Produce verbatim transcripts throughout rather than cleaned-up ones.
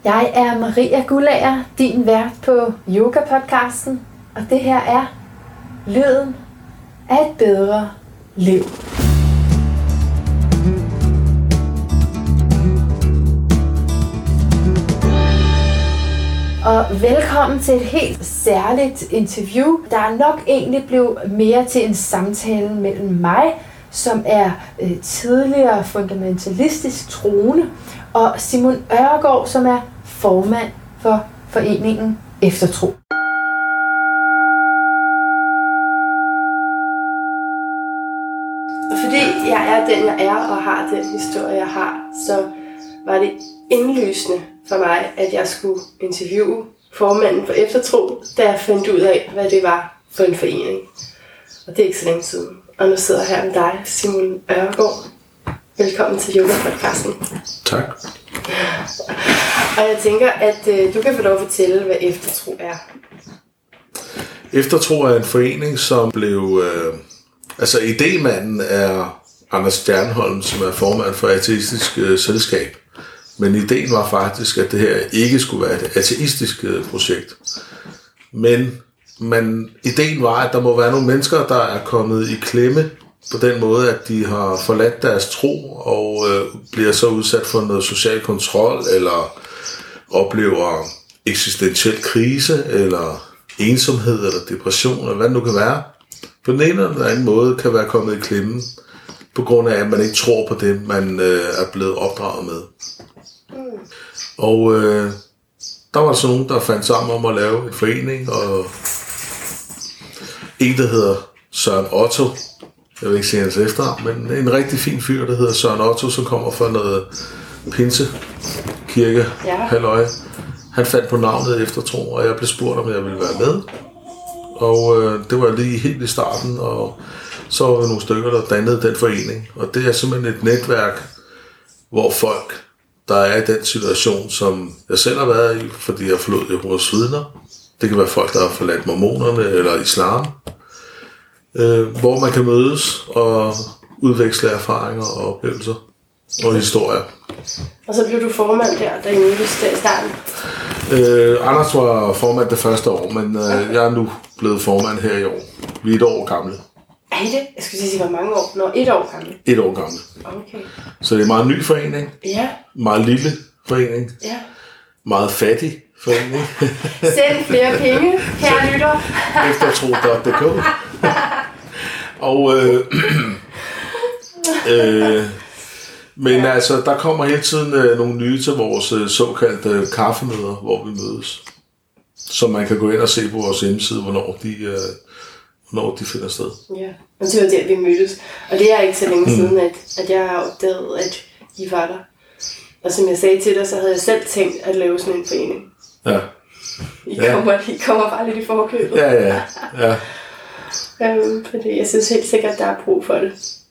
Jeg er Maria Guldager, din vært på Yoga-podcasten, og det her er Lyden af et bedre liv. Og velkommen til et helt særligt interview, der nok egentlig blev mere til en samtale mellem mig, som er øh, tidligere fundamentalistisk troende, og Simon Øregaard, som er formand for foreningen Eftertro. Fordi jeg er den, jeg er, og har den historie, jeg har, så var det indlysende for mig, at jeg skulle interviewe formanden for Eftertro, da jeg fandt ud af, hvad det var for en forening. Og det er ikke så længe siden. Og nu sidder jeg her med dig, Simon Øregaard. Velkommen til Yoga-podcasten. Tak. Og jeg tænker, at øh, du kan få lov at fortælle, hvad Eftertro er. Eftertro er en forening, som blev... Øh, altså, idémanden er Anders Stjernholm, som er formand for Ateistisk øh, Selskab. Men ideen var faktisk, at det her ikke skulle være et ateistisk øh, projekt. Men, men ideen var, at der må være nogle mennesker, der er kommet i klemme på den måde, at de har forladt deres tro og øh, bliver så udsat for noget social kontrol, eller oplever eksistentiel krise, eller ensomhed, eller depression, eller hvad det nu kan være. På den ene eller den anden måde kan være kommet i klemme, på grund af, at man ikke tror på det, man øh, er blevet opdraget med. Mm. Og øh, der var så nogen, der fandt sammen om at lave en forening, og en, der hedder Søren Otto, jeg vil ikke sige hans efternavn, men en rigtig fin fyr, der hedder Søren Otto, som kommer fra noget pinsekirke, ja. Halløj. Han fandt på navnet Eftertro, og jeg blev spurgt, om jeg ville være med. Og øh, det var lige helt i starten, og så var vi nogle stykker, der dannede den forening. Og det er simpelthen et netværk, hvor folk, der er i den situation, som jeg selv har været i, fordi jeg forlod Jehovas vidner. Det kan være folk, der har forladt mormonerne eller islam. Øh, hvor man kan mødes og udveksle erfaringer og oplevelser og historier. Og så blev du formand der, da I mødtes i starten? Øh, Anders var formand det første år, men øh, jeg er nu blevet formand her i år. Vi er et år gamle. Er I det? Jeg skulle sige, hvor mange år? Nå, et år gamle. Et år gamle. Okay. Så det er en meget ny forening. Ja. Meget lille forening. Ja. Meget fattig forening. Send flere penge, kære lytter. Eftertro punktum d k. Og øh, øh, men ja. altså, der kommer hele tiden øh, nogle nye til vores øh, såkaldte øh, kaffemøder, hvor vi mødes. Så man kan gå ind og se på vores hjemmeside, hvornår de, øh, hvornår de finder sted. Ja, og det var der, vi mødtes. Og det er ikke så længe mm. siden, at, at jeg har opdaget, at I var der. Og som jeg sagde til dig, så havde jeg selv tænkt at lave sådan en forening. Ja. I, ja. kommer, I kommer bare lidt i forkøbet. Ja, ja, ja. øhm, fordi jeg synes helt sikkert, at der er brug for det.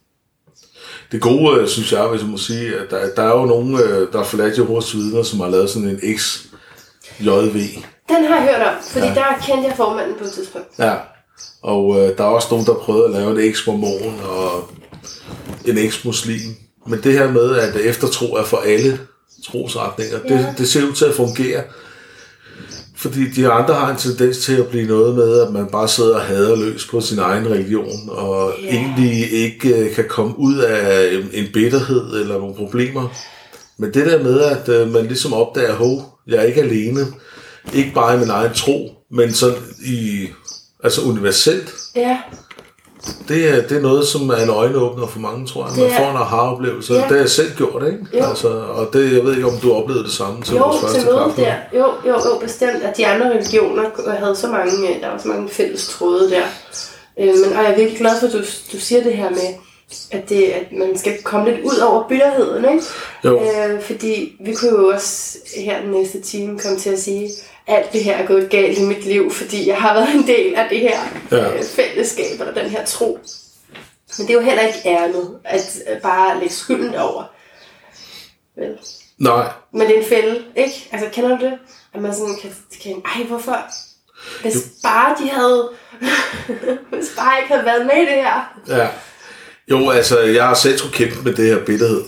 Det gode, synes jeg, hvis jeg må sige, at der, der er jo nogen, der har forladt Jehovas vidner, som har lavet sådan en X J V. Den har jeg hørt om, fordi ja. Der kendte jeg formanden på et tidspunkt. Ja, og øh, der er også nogen, der prøvede at lave en X-mormon og en X-muslim. Men det her med, at eftertro er for alle trosretninger, ja. det, det ser ud til at fungere. Fordi de andre har en tendens til at blive noget med, at man bare sidder og hader løs på sin egen religion, og yeah. egentlig ikke kan komme ud af en bitterhed eller nogle problemer. Men det der med, at man ligesom opdager, hov, jeg er ikke alene, ikke bare i min egen tro, men sådan i, altså universelt. Yeah. Det er, det er noget, som er en øjenåbner for mange, tror jeg. Man det får en aha-oplevelse. Ja. Det har jeg selv gjort, ikke? Altså, og det, jeg ved ikke, om du oplevede det samme til jo, vores første kaffe. Der. Jo, jo, jo, bestemt. At de andre religioner havde så mange, der var så mange fælles tråde der. Øh, men, og jeg er virkelig glad for, at du, du siger det her med, at, det, at man skal komme lidt ud over bitterheden, ikke? Jo. Øh, fordi vi kunne jo også her den næste time komme til at sige, alt det her er gået galt i mit liv, fordi jeg har været en del af det her ja. øh, fællesskab, eller den her tro. Men det er jo heller ikke ærnet, at bare lægge skylden over. Vel? Nej. Men det er en fælde, ikke? Altså, kender du det? At man sådan kan tænke, ej, hvorfor? Hvis jo. bare de havde... Hvis bare jeg ikke havde været med i det her. Ja. Jo, altså, jeg har selv skulle kæmpe med det her bitterhed.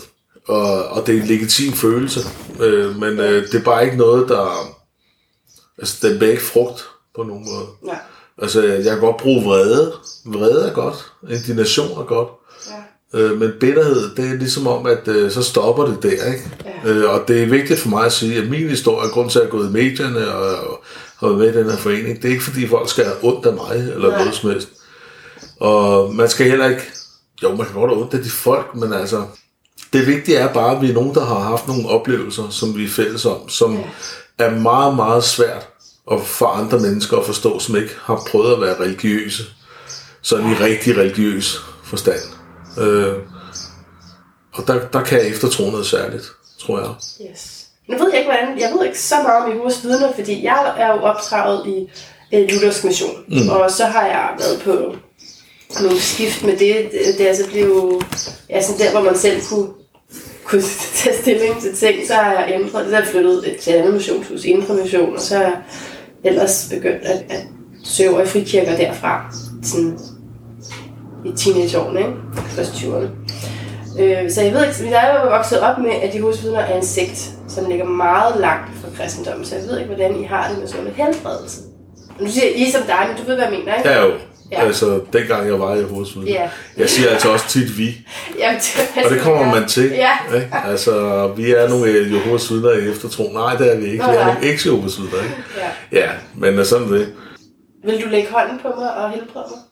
og, og det er en legitim følelse. Øh, men øh, det er bare ikke noget, der... Altså, den bærer ikke frugt på nogen måde. Ja. Altså, jeg kan godt bruge vrede. Vrede er godt. Indignation er godt. Ja. Øh, men bitterhed, det er ligesom om, at øh, så stopper det der, ikke? Ja. Øh, og det er vigtigt for mig at sige, at min historie, grund til at gå i medierne og, og har været med i den her forening, det er ikke fordi folk skal have ondt af mig, eller ja. noget som helst. Og man skal heller ikke... Jo, man kan godt have ondt af de folk, men altså... Det vigtige er bare, at vi er nogen, der har haft nogle oplevelser, som vi er fælles om, som ja. er meget, meget svært at for andre mennesker at forstå, som ikke har prøvet at være religiøse. Sådan i rigtig religiøs forstand. Øh, og der, der kan jeg eftertro noget særligt, tror jeg. Yes. Nu ved jeg ikke, hvordan... Jeg ved ikke så meget om Jehovas vidner, fordi jeg er jo opdraget i en luthersk mission. Mm. Og så har jeg været på nogle skift med det. Det altså blev ja, sådan der, hvor man selv kunne, kunne tage stilling til ting. Så har jeg ændret, så har jeg flyttet til et andet missionshus, Indre Mission, og så har jeg ellers begyndt at, at søge over i frikirker derfra, sådan i teenageårene, ikke? Først tyverne. Øh, så jeg ved ikke, jeg er jo vokset op med, at Jehovas vidner er en sekt, som ligger meget langt fra kristendommen, så jeg ved ikke, hvordan I har det med sådan en helbredelse. Nu siger I som dig, men du ved, hvad jeg mener, ikke? Ja jo. Ja. Altså, dengang jeg var i Jehovas vidner. Ja. Jeg siger altså også tit vi. Jamen, det og det kommer man til. Ja. Ikke? Altså, vi er nogle Jehovas vidner i eftertro. Nej, det er vi ikke. Nå, vi er nogle ikke-Jehovas vidner, ikke? Ja. Ja, men sådan det. Vil du lægge hånden på mig og helbrede mig?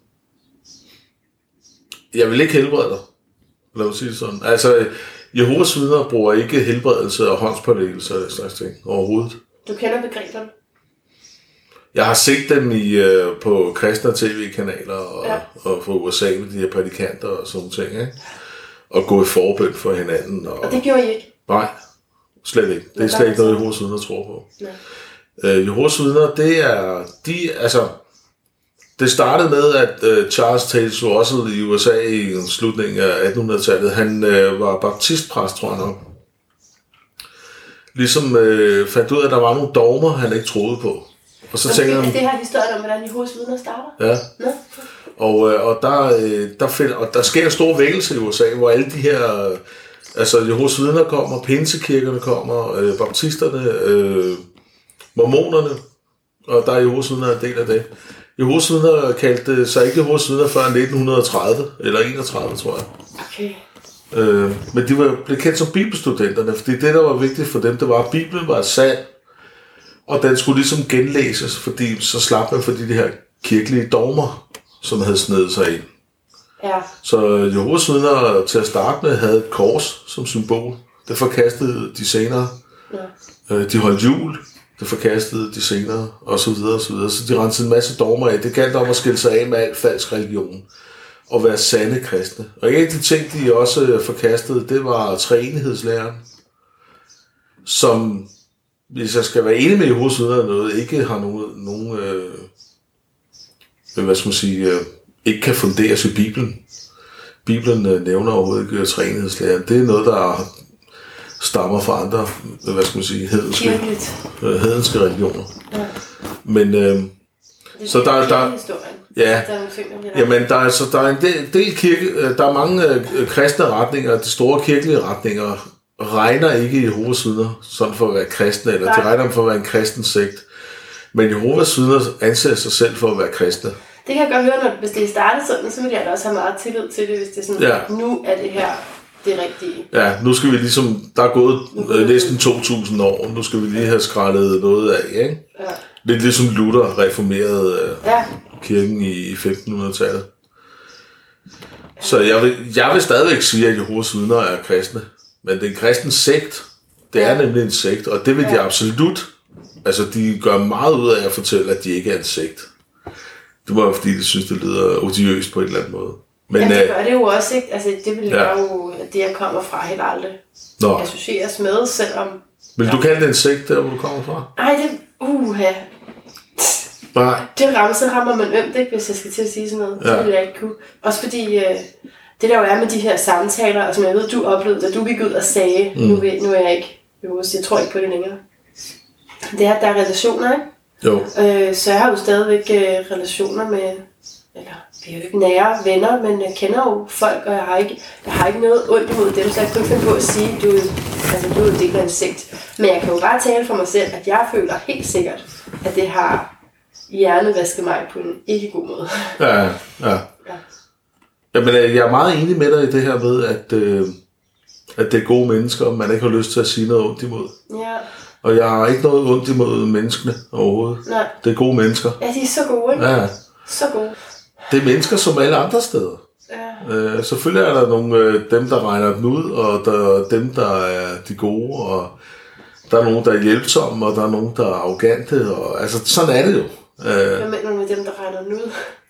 Jeg vil ikke helbrede dig. Lad mig sige det sådan. Altså, Jehovas vidner bruger ikke helbredelse og håndspålæggelse og den slags ting overhovedet. Du kender begreberne? Jeg har set dem i, øh, på kristne tv-kanaler og, ja. og fra U S A med de her prædikanter og sådan ting, ikke? Og gå i forbøn for hinanden. Og, og det gjorde I ikke? Nej, slet ikke. Det er slet ikke noget, Jehovas vidner tror på. Øh, Jehovas vidner, det er... De, altså, det startede med, at øh, Charles Taze Russell i U S A i slutningen af attenhundredetallet, han øh, var baptistpræst, tror jeg nok. Ligesom øh, fandt ud af, at der var nogle dogmer, han ikke troede på. Og så tænker han, det her historie om, hvordan Jehovas vidner starter? Ja. Nå. Og, øh, og, der, øh, der find, og der sker en stor vækkelse i U S A, hvor alle de her... Øh, altså, Jehovas vidner kommer, pinsekirkerne kommer, øh, baptisterne, øh, mormonerne, og der er Jehovas vidner en del af det. Jehovas vidner kaldte sig ikke Jehovas vidner før nitten tredive, eller enogtredive, tror jeg. Okay. Øh, men de var blevet kendt som bibelstudenterne, fordi det, der var vigtigt for dem, det var, at Bibelen var sand, og den skulle ligesom genlæses, fordi så slap man for de her kirkelige dogmer, som havde snedet sig ind. Ja. Så Jehovas vidner til at starte med havde et kors som symbol. Det forkastede de senere. Ja. De holdt jul. Det forkastede de senere, og så videre, og så videre. Så de rensede en masse dogmer af. Det galt om at skille sig af med al falsk religion og være sande kristne. Og en af de ting, de også forkastede, det var treenighedslæren, som, hvis jeg skal være enig med Jehovas vidner noget, ikke har nogen, nogen øh, hvad skal man sige, øh, ikke kan funderes i Bibelen. Bibelen øh, nævner overhovedet ikke treenighedslæren. Det er noget, der stammer fra andre, hvad skal man sige, hedenske, øh, hedenske religioner. Ja. Men øh, så der er der, ja, jamen der er så der er en del, del kirke, der er mange øh, kristne retninger, de store kirkelige retninger regner ikke Jehovas vidner sådan for at være kristne, eller de regner dem for at være en kristen sekt. Men Jehovas vidner anser sig selv for at være kristne. Det kan jeg godt høre, når hvis det starter sådan, så vil jeg da også have meget tillid til det, hvis det er sådan, ja. Nu er det her det rigtige. Ja, nu skal vi ligesom, der er gået øh, næsten to tusind år, nu skal vi lige have skrællet noget af, ikke? Ja. Lidt ligesom Luther reformerede øh, ja. kirken i femtenhundredetallet. Så jeg vil, jeg vil stadigvæk sige, at Jehovas vidner er kristne. Men det er en kristen sekt. Det er ja. nemlig en sekt, og det vil de ja. absolut. Altså, de gør meget ud af at fortælle, at de ikke er en sekt. Det må være, fordi de synes, det lyder odiøst på en eller anden måde. Men, ja, det gør det jo også, ikke? Altså, det vil ja. jo, det jeg kommer fra, helt aldrig Nå. associeres med, selvom... Vil ja. du kalde det en sekt, der hvor du kommer fra? Nej, det... Uha. Nej. Det rammer, så rammer man ømt, ikke, hvis jeg skal til at sige sådan noget. Ja. Det vil jeg ikke kunne. Også fordi, øh, det der jo er med de her samtaler, og som jeg ved, du oplevede, da du gik ud og sagde, mm. nu, ved, nu er jeg ikke... Jeg tror ikke på det længere. Det er, der er relationer, ikke? Jo. Øh, så jeg har jo stadigvæk øh, relationer med... Eller... vi er jo ikke nære venner, men jeg kender jo folk, og jeg har ikke, jeg har ikke noget ondt imod dem, så jeg kan finde på at sige, du, altså, du er en del af en sekt. Men jeg kan jo bare tale for mig selv, at jeg føler helt sikkert, at det har hjernevasket mig på en ikke god måde. Ja, ja. ja. Jamen, jeg er meget enig med dig i det her med, at, øh, at det er gode mennesker, og man ikke har lyst til at sige noget ondt imod. Ja. Og jeg har ikke noget ondt imod menneskene overhovedet. Nej. Det er gode mennesker. Ja, de er så gode, ikke? Ja. Så gode. Det er mennesker som alle andre steder. Ja. Øh, selvfølgelig er der nogle øh, dem, der regner den ud, og der er dem, der er de gode, og der er nogen, der er hjælpsomme, og der er nogen, der er arrogante. Og, altså, sådan er det jo. Øh, Hvad mener du med dem, der regner den ud?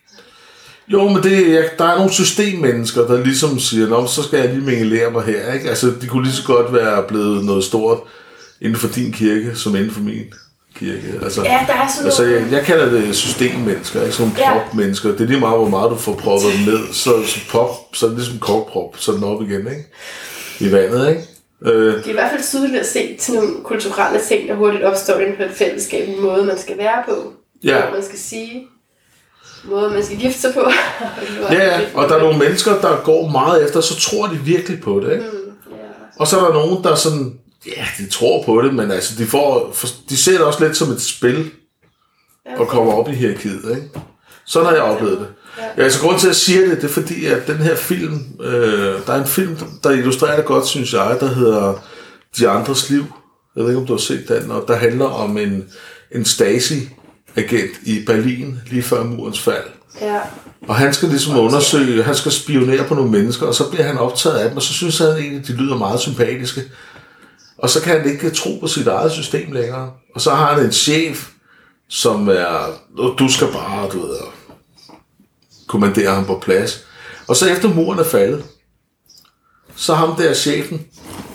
Jo, men det, ja, der er nogle systemmennesker, der ligesom siger, nå, så skal jeg lige mingelere mig her. Ikke? Altså, de kunne lige så godt være blevet noget stort inden for din kirke, som inden for min kirke. Altså, ja, der er sådan altså, noget... jeg, jeg kalder det systemmennesker, ikke? Som Ja. propmennesker. Det er lige meget, hvor meget du får proppet dem ned. Så, så, pop, så er det ligesom korkprop, så er den op igen, ikke? I vandet, ikke? Øh, Det er i hvert fald tydeligt at se til nogle kulturelle ting, der hurtigt opstår inden for et fællesskab, en måde, man skal være på. Ja. Hvad man skal sige. Måde, man skal gifte sig på. ja, og der er nogle mennesker, der går meget efter, så tror de virkelig på det, ikke? Mm, ja. Og så er der nogen, der sådan, ja, de tror på det, men altså, de, får, de ser det også lidt som et spil, og kommer op i hierarkiet, ikke? Sådan har jeg oplevet det. Ja, altså, grund til, at jeg siger det, det er fordi, at den her film, øh, der er en film, der illustrerer det godt, synes jeg, der hedder De Andres Liv. Jeg ved ikke, om du har set den, og der handler om en, en Stasi-agent i Berlin, lige før murens fald. Ja. Og han skal ligesom undersøge, han skal spionere på nogle mennesker, og så bliver han optaget af dem, og så synes han egentlig, de lyder meget sympatiske. Og så kan han ikke tro på sit eget system længere. Og så har han en chef, som er, du skal bare, du ved, kommandere ham på plads. Og så efter muren er faldet, så ham der chefen,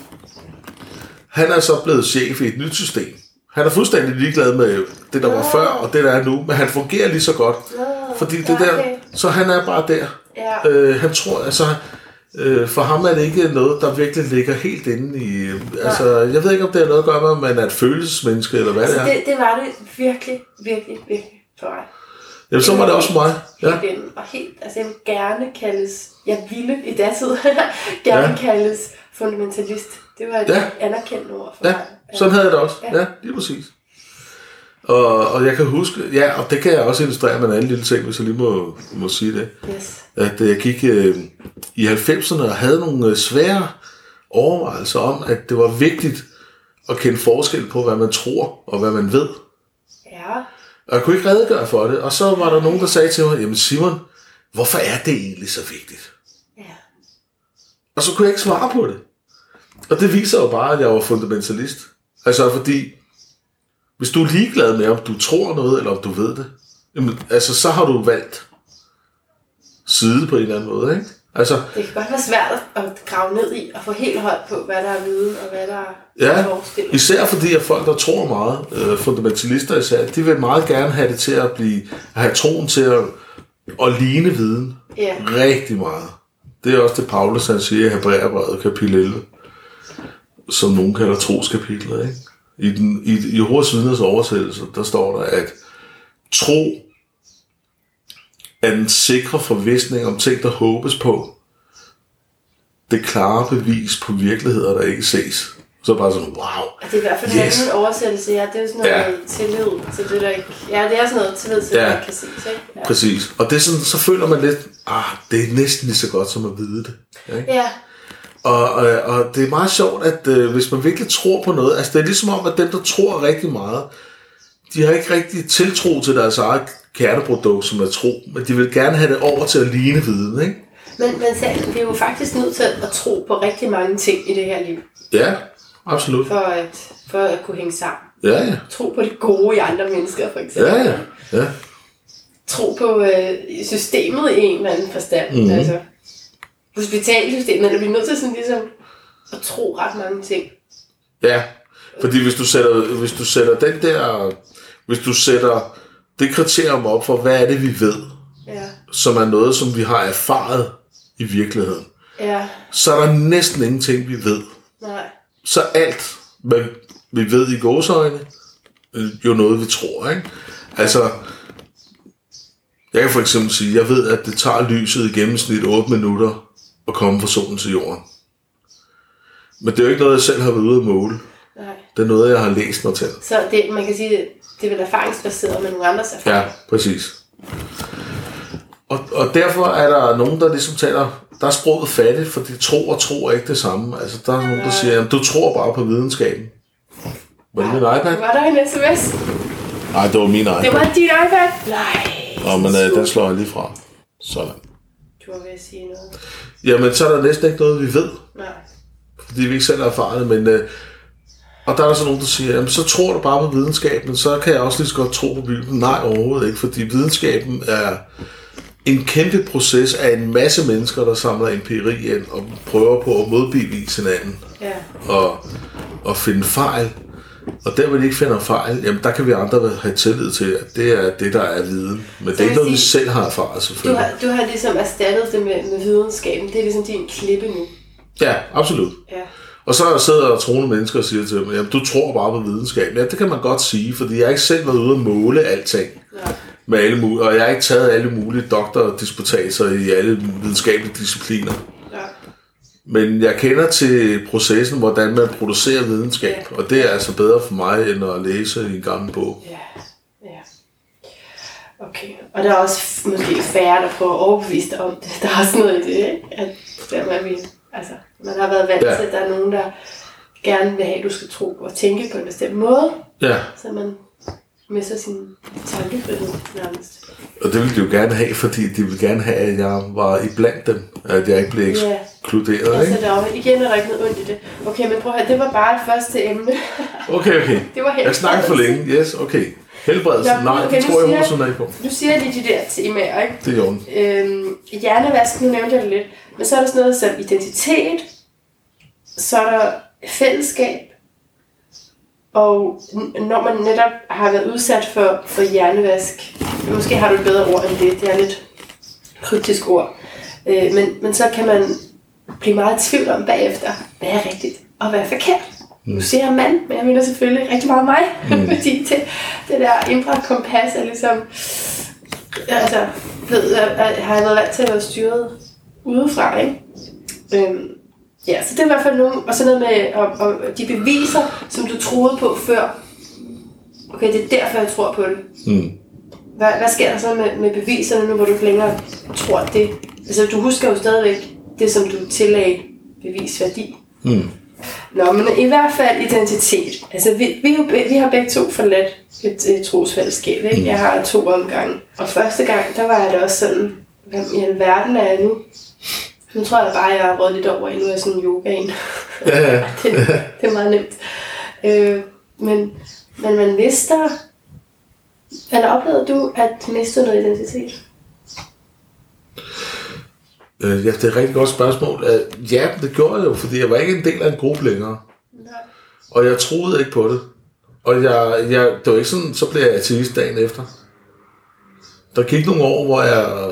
han er så blevet chef i et nyt system. Han er fuldstændig ligeglad med det, der var før, og det, der er nu, men han fungerer lige så godt. Fordi det der, så han er bare der. Ja. Øh, han tror, altså, øh, for ham er det ikke noget, der virkelig ligger helt inde i, altså, jeg ved ikke, om det har noget at gøre med, om man er et følelsesmenneske, eller hvad altså, det er. Det, det var det virkelig, virkelig, virkelig for mig. Jamen, så var det også mig. Ja. Helt inden, og helt, altså jeg vil gerne kaldes, jeg ville i datid, gerne ja. kaldes fundamentalist. Det var et ja. anerkendt ord for ja. mig. Sådan havde jeg det også. Ja, ja lige præcis. Og, og jeg kan huske, ja, og det kan jeg også illustrere med en anden lille ting, hvis jeg lige må, må sige det. Yes. At jeg gik øh, i halvfemserne og havde nogle øh, svære overvejelser om, at det var vigtigt at kende forskel på, hvad man tror og hvad man ved. Ja. Og jeg kunne ikke redegøre for det. Og så var der nogen, der sagde til mig, jamen Simon, hvorfor er det egentlig så vigtigt? Ja. Og så kunne jeg ikke svare på det. Og det viser jo bare, at jeg var fundamentalist. Altså fordi, hvis du er ligeglad med, om du tror noget, eller om du ved det, jamen, altså så har du valgt side på en eller anden måde, ikke? Altså, det kan godt være svært at grave ned i og få helt hold på, hvad der er viden og hvad der er ja, forskel. Især fordi, at folk, der tror meget, øh, fundamentalister især, de vil meget gerne have det til at blive, at have troen til at, at ligne viden. Ja. Rigtig meget. Det er også det, Paulus han siger i Hebræerbrevet kapitel elleve, som nogen kalder troskapitlet, ikke? I, den, i Jehovas vidners oversættelse, der står der, at tro er den sikre forvisning om ting, der håbes på. Det klare bevis på virkeligheder, der ikke ses. Så bare sådan, wow. Det er i hvert fald yes. en oversættelse, ja. Det er jo sådan noget ja. tillid til det, der ikke... Ja, det er sådan noget tillid til, ja. det, der ikke kan ses, ikke? Ja. Præcis. Og det er sådan, så føler man lidt, ah, det er næsten lige så godt, som at vide det. Ikke? Ja. Og, og, og det er meget sjovt, at øh, hvis man virkelig tror på noget, altså det er ligesom om, at dem, der tror rigtig meget, de har ikke rigtig tiltro til deres eget kerneprodukt, som er tro, men de vil gerne have det over til at ligne viden, ikke? Men, men selv, vi er jo faktisk nødt til at tro på rigtig mange ting i det her liv. Ja, absolut. For at, for at kunne hænge sammen. Ja, ja. Tro på det gode i andre mennesker, for eksempel. Ja, ja. ja. Tro på øh, systemet i en eller anden forstand. Mm-hmm. Altså, hospitalsystemet, der bliver nødt til sådan ligesom at tro ret mange ting. Ja, fordi hvis du sætter, hvis du sætter den der, hvis du sætter det kriterium op for, hvad er det, vi ved, ja. som er noget, som vi har erfaret i virkeligheden, ja. så er der næsten ingenting, vi ved. Nej. Så alt, hvad vi ved i gåseøjne, jo noget, vi tror, ikke? Altså, Jeg kan for eksempel sige, jeg ved, at det tager lyset i gennemsnit otte minutter at komme fra solen til jorden. Men det er jo ikke noget, jeg selv har været ude at måle. Nej. Det er noget, jeg har læst mig til. Så det, man kan sige, det, det er vel erfaringsbaseret med nogle andres erfaringer. Ja, præcis. Og, og derfor er der nogen, der ligesom taler, der er sproget fattigt, for de tror og tror ikke det samme. Altså, der er nogen, der siger, at du tror bare på videnskaben. Var det min iPad? Var der en sms? Nej, det var min iPad. Det var din iPad? Nej. Nå, men øh, den slår jeg lige fra. Sådan. Du var ved at sige noget. Jamen, så er der næsten ikke noget, vi ved. Nej. Fordi vi ikke selv har erfaret det, men... Øh, og der er der så nogen, der siger, jamen, så tror du bare på videnskaben, så kan jeg også lige så godt tro på Bibelen. Nej, overhovedet ikke, fordi videnskaben er en kæmpe proces af en masse mennesker, der samler empiri ind og prøver på at modbevise hinanden. Ja. Og, og finde fejl. Og der, hvor de ikke finder fejl, jamen der kan vi andre have tillid til, at det er det, der er viden. Men det er ikke noget, vi selv har erfaret, selvfølgelig. Du har, du har ligesom erstattet det med, med videnskaben. Det er ligesom din klippe nu. Ja, absolut. Ja. Og så sidder der troende mennesker og siger til dem, jamen du tror bare på videnskaben. Ja, det kan man godt sige, fordi jeg har ikke selv været ude at måle alting. Ja. Med alle mulige, og jeg har ikke taget alle mulige doktordisputatser i alle videnskabelige discipliner. Ja. Men jeg kender til processen, hvordan man producerer videnskab, ja. Og det er altså bedre for mig, end at læse i en gammel bog. Ja, ja. Okay, og der er også måske færre, der prøver at overbevise dig om det. Der er også noget i det, ikke? At der man, vil, altså, man har været vant ja. til, at der er nogen, der gerne vil have, at du skal tro og tænke på en bestemt måde. Ja. Så man mister sin tankefrihed nærmest. Og det ville de jo gerne have, fordi de ville gerne have, at jeg var iblandt dem. At jeg ikke blev ekskluderet. Ja, altså der var igen er der ikke noget ondt i det. Okay, men prøv at høre, det var bare det første emne. Okay, okay. Det var jeg snakker for længe. Yes, okay. Helbredelse. Ja, nej, okay, det tror jeg, hun sådan af på. Du siger lige de der temaer, ikke? Det gjorde den. Øhm, hjernevask, nu nævnte jeg det lidt. Men så er der sådan noget som identitet. Så er der fællesskab. Og når man netop har været udsat for, for hjernevask, måske har du et bedre ord end det, det er lidt kryptisk ord, øh, men, men så kan man blive meget i tvivl om bagefter, hvad er rigtigt og hvad er forkert. Mm. Nu siger jeg mand, men jeg mener selvfølgelig rigtig meget mig, mm. fordi det, det der indre kompas er ligesom, altså, ved, har jeg været vant til at være styret udefra, ikke? Øhm, Ja, så det er i hvert fald nogle, og sådan noget med og, og de beviser, som du troede på før. Okay, det er derfor, jeg tror på det. Mm. Hvad, hvad sker der så med, med beviserne nu, hvor du ikke længere tror det? Altså, du husker jo stadigvæk det, som du tillagde bevisværdi. Mm. Nå, men i hvert fald identitet. Altså, vi, vi, vi har begge to forladt et, et trosfællesskab, ikke? Mm. Jeg har to omgange. Og første gang, der var jeg da også sådan, hvad i alverden er jeg nu? Nu tror jeg bare, at jeg har råd lidt over i. Nu er jeg sådan en yogaen. Ja, ja. det, det er meget nemt. Øh, men, men man mister... Eller oplevede du at miste noget identitet? Øh, ja, det er et rigtig godt spørgsmål. Øh, ja, det gjorde jeg jo, fordi jeg var ikke en del af en gruppe længere. Nej. Og jeg troede ikke på det. Og jeg, jeg, det var ikke sådan, så blev jeg ateist dagen efter. Der gik nogle år, hvor jeg...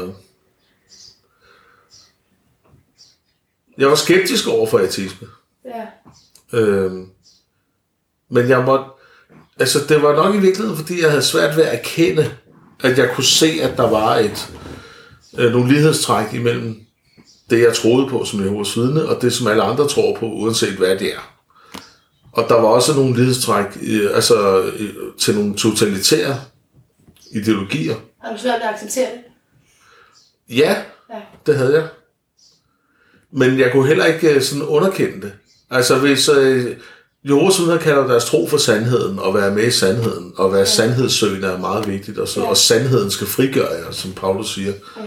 Jeg var skeptisk over for ateisme. Ja. Øhm, men jeg måtte... Altså, det var nok i virkeligheden, fordi jeg havde svært ved at erkende, at jeg kunne se, at der var et øh, nogle lighedstræk imellem det, jeg troede på som Jehovas vidne, og det, som alle andre tror på, uanset hvad det er. Og der var også nogle lighedstræk øh, altså, øh, til nogle totalitære ideologier. Har du svært ved at acceptere det? Ja, ja, det havde jeg. Men jeg kunne heller ikke sådan underkende det. Altså hvis øh, Jehovas vidner kalder deres tro for sandheden, og være med i sandheden, og være ja. sandhedssøgende er meget vigtigt, og, så, ja. og sandheden skal frigøre jer, som Paulus siger. Ja.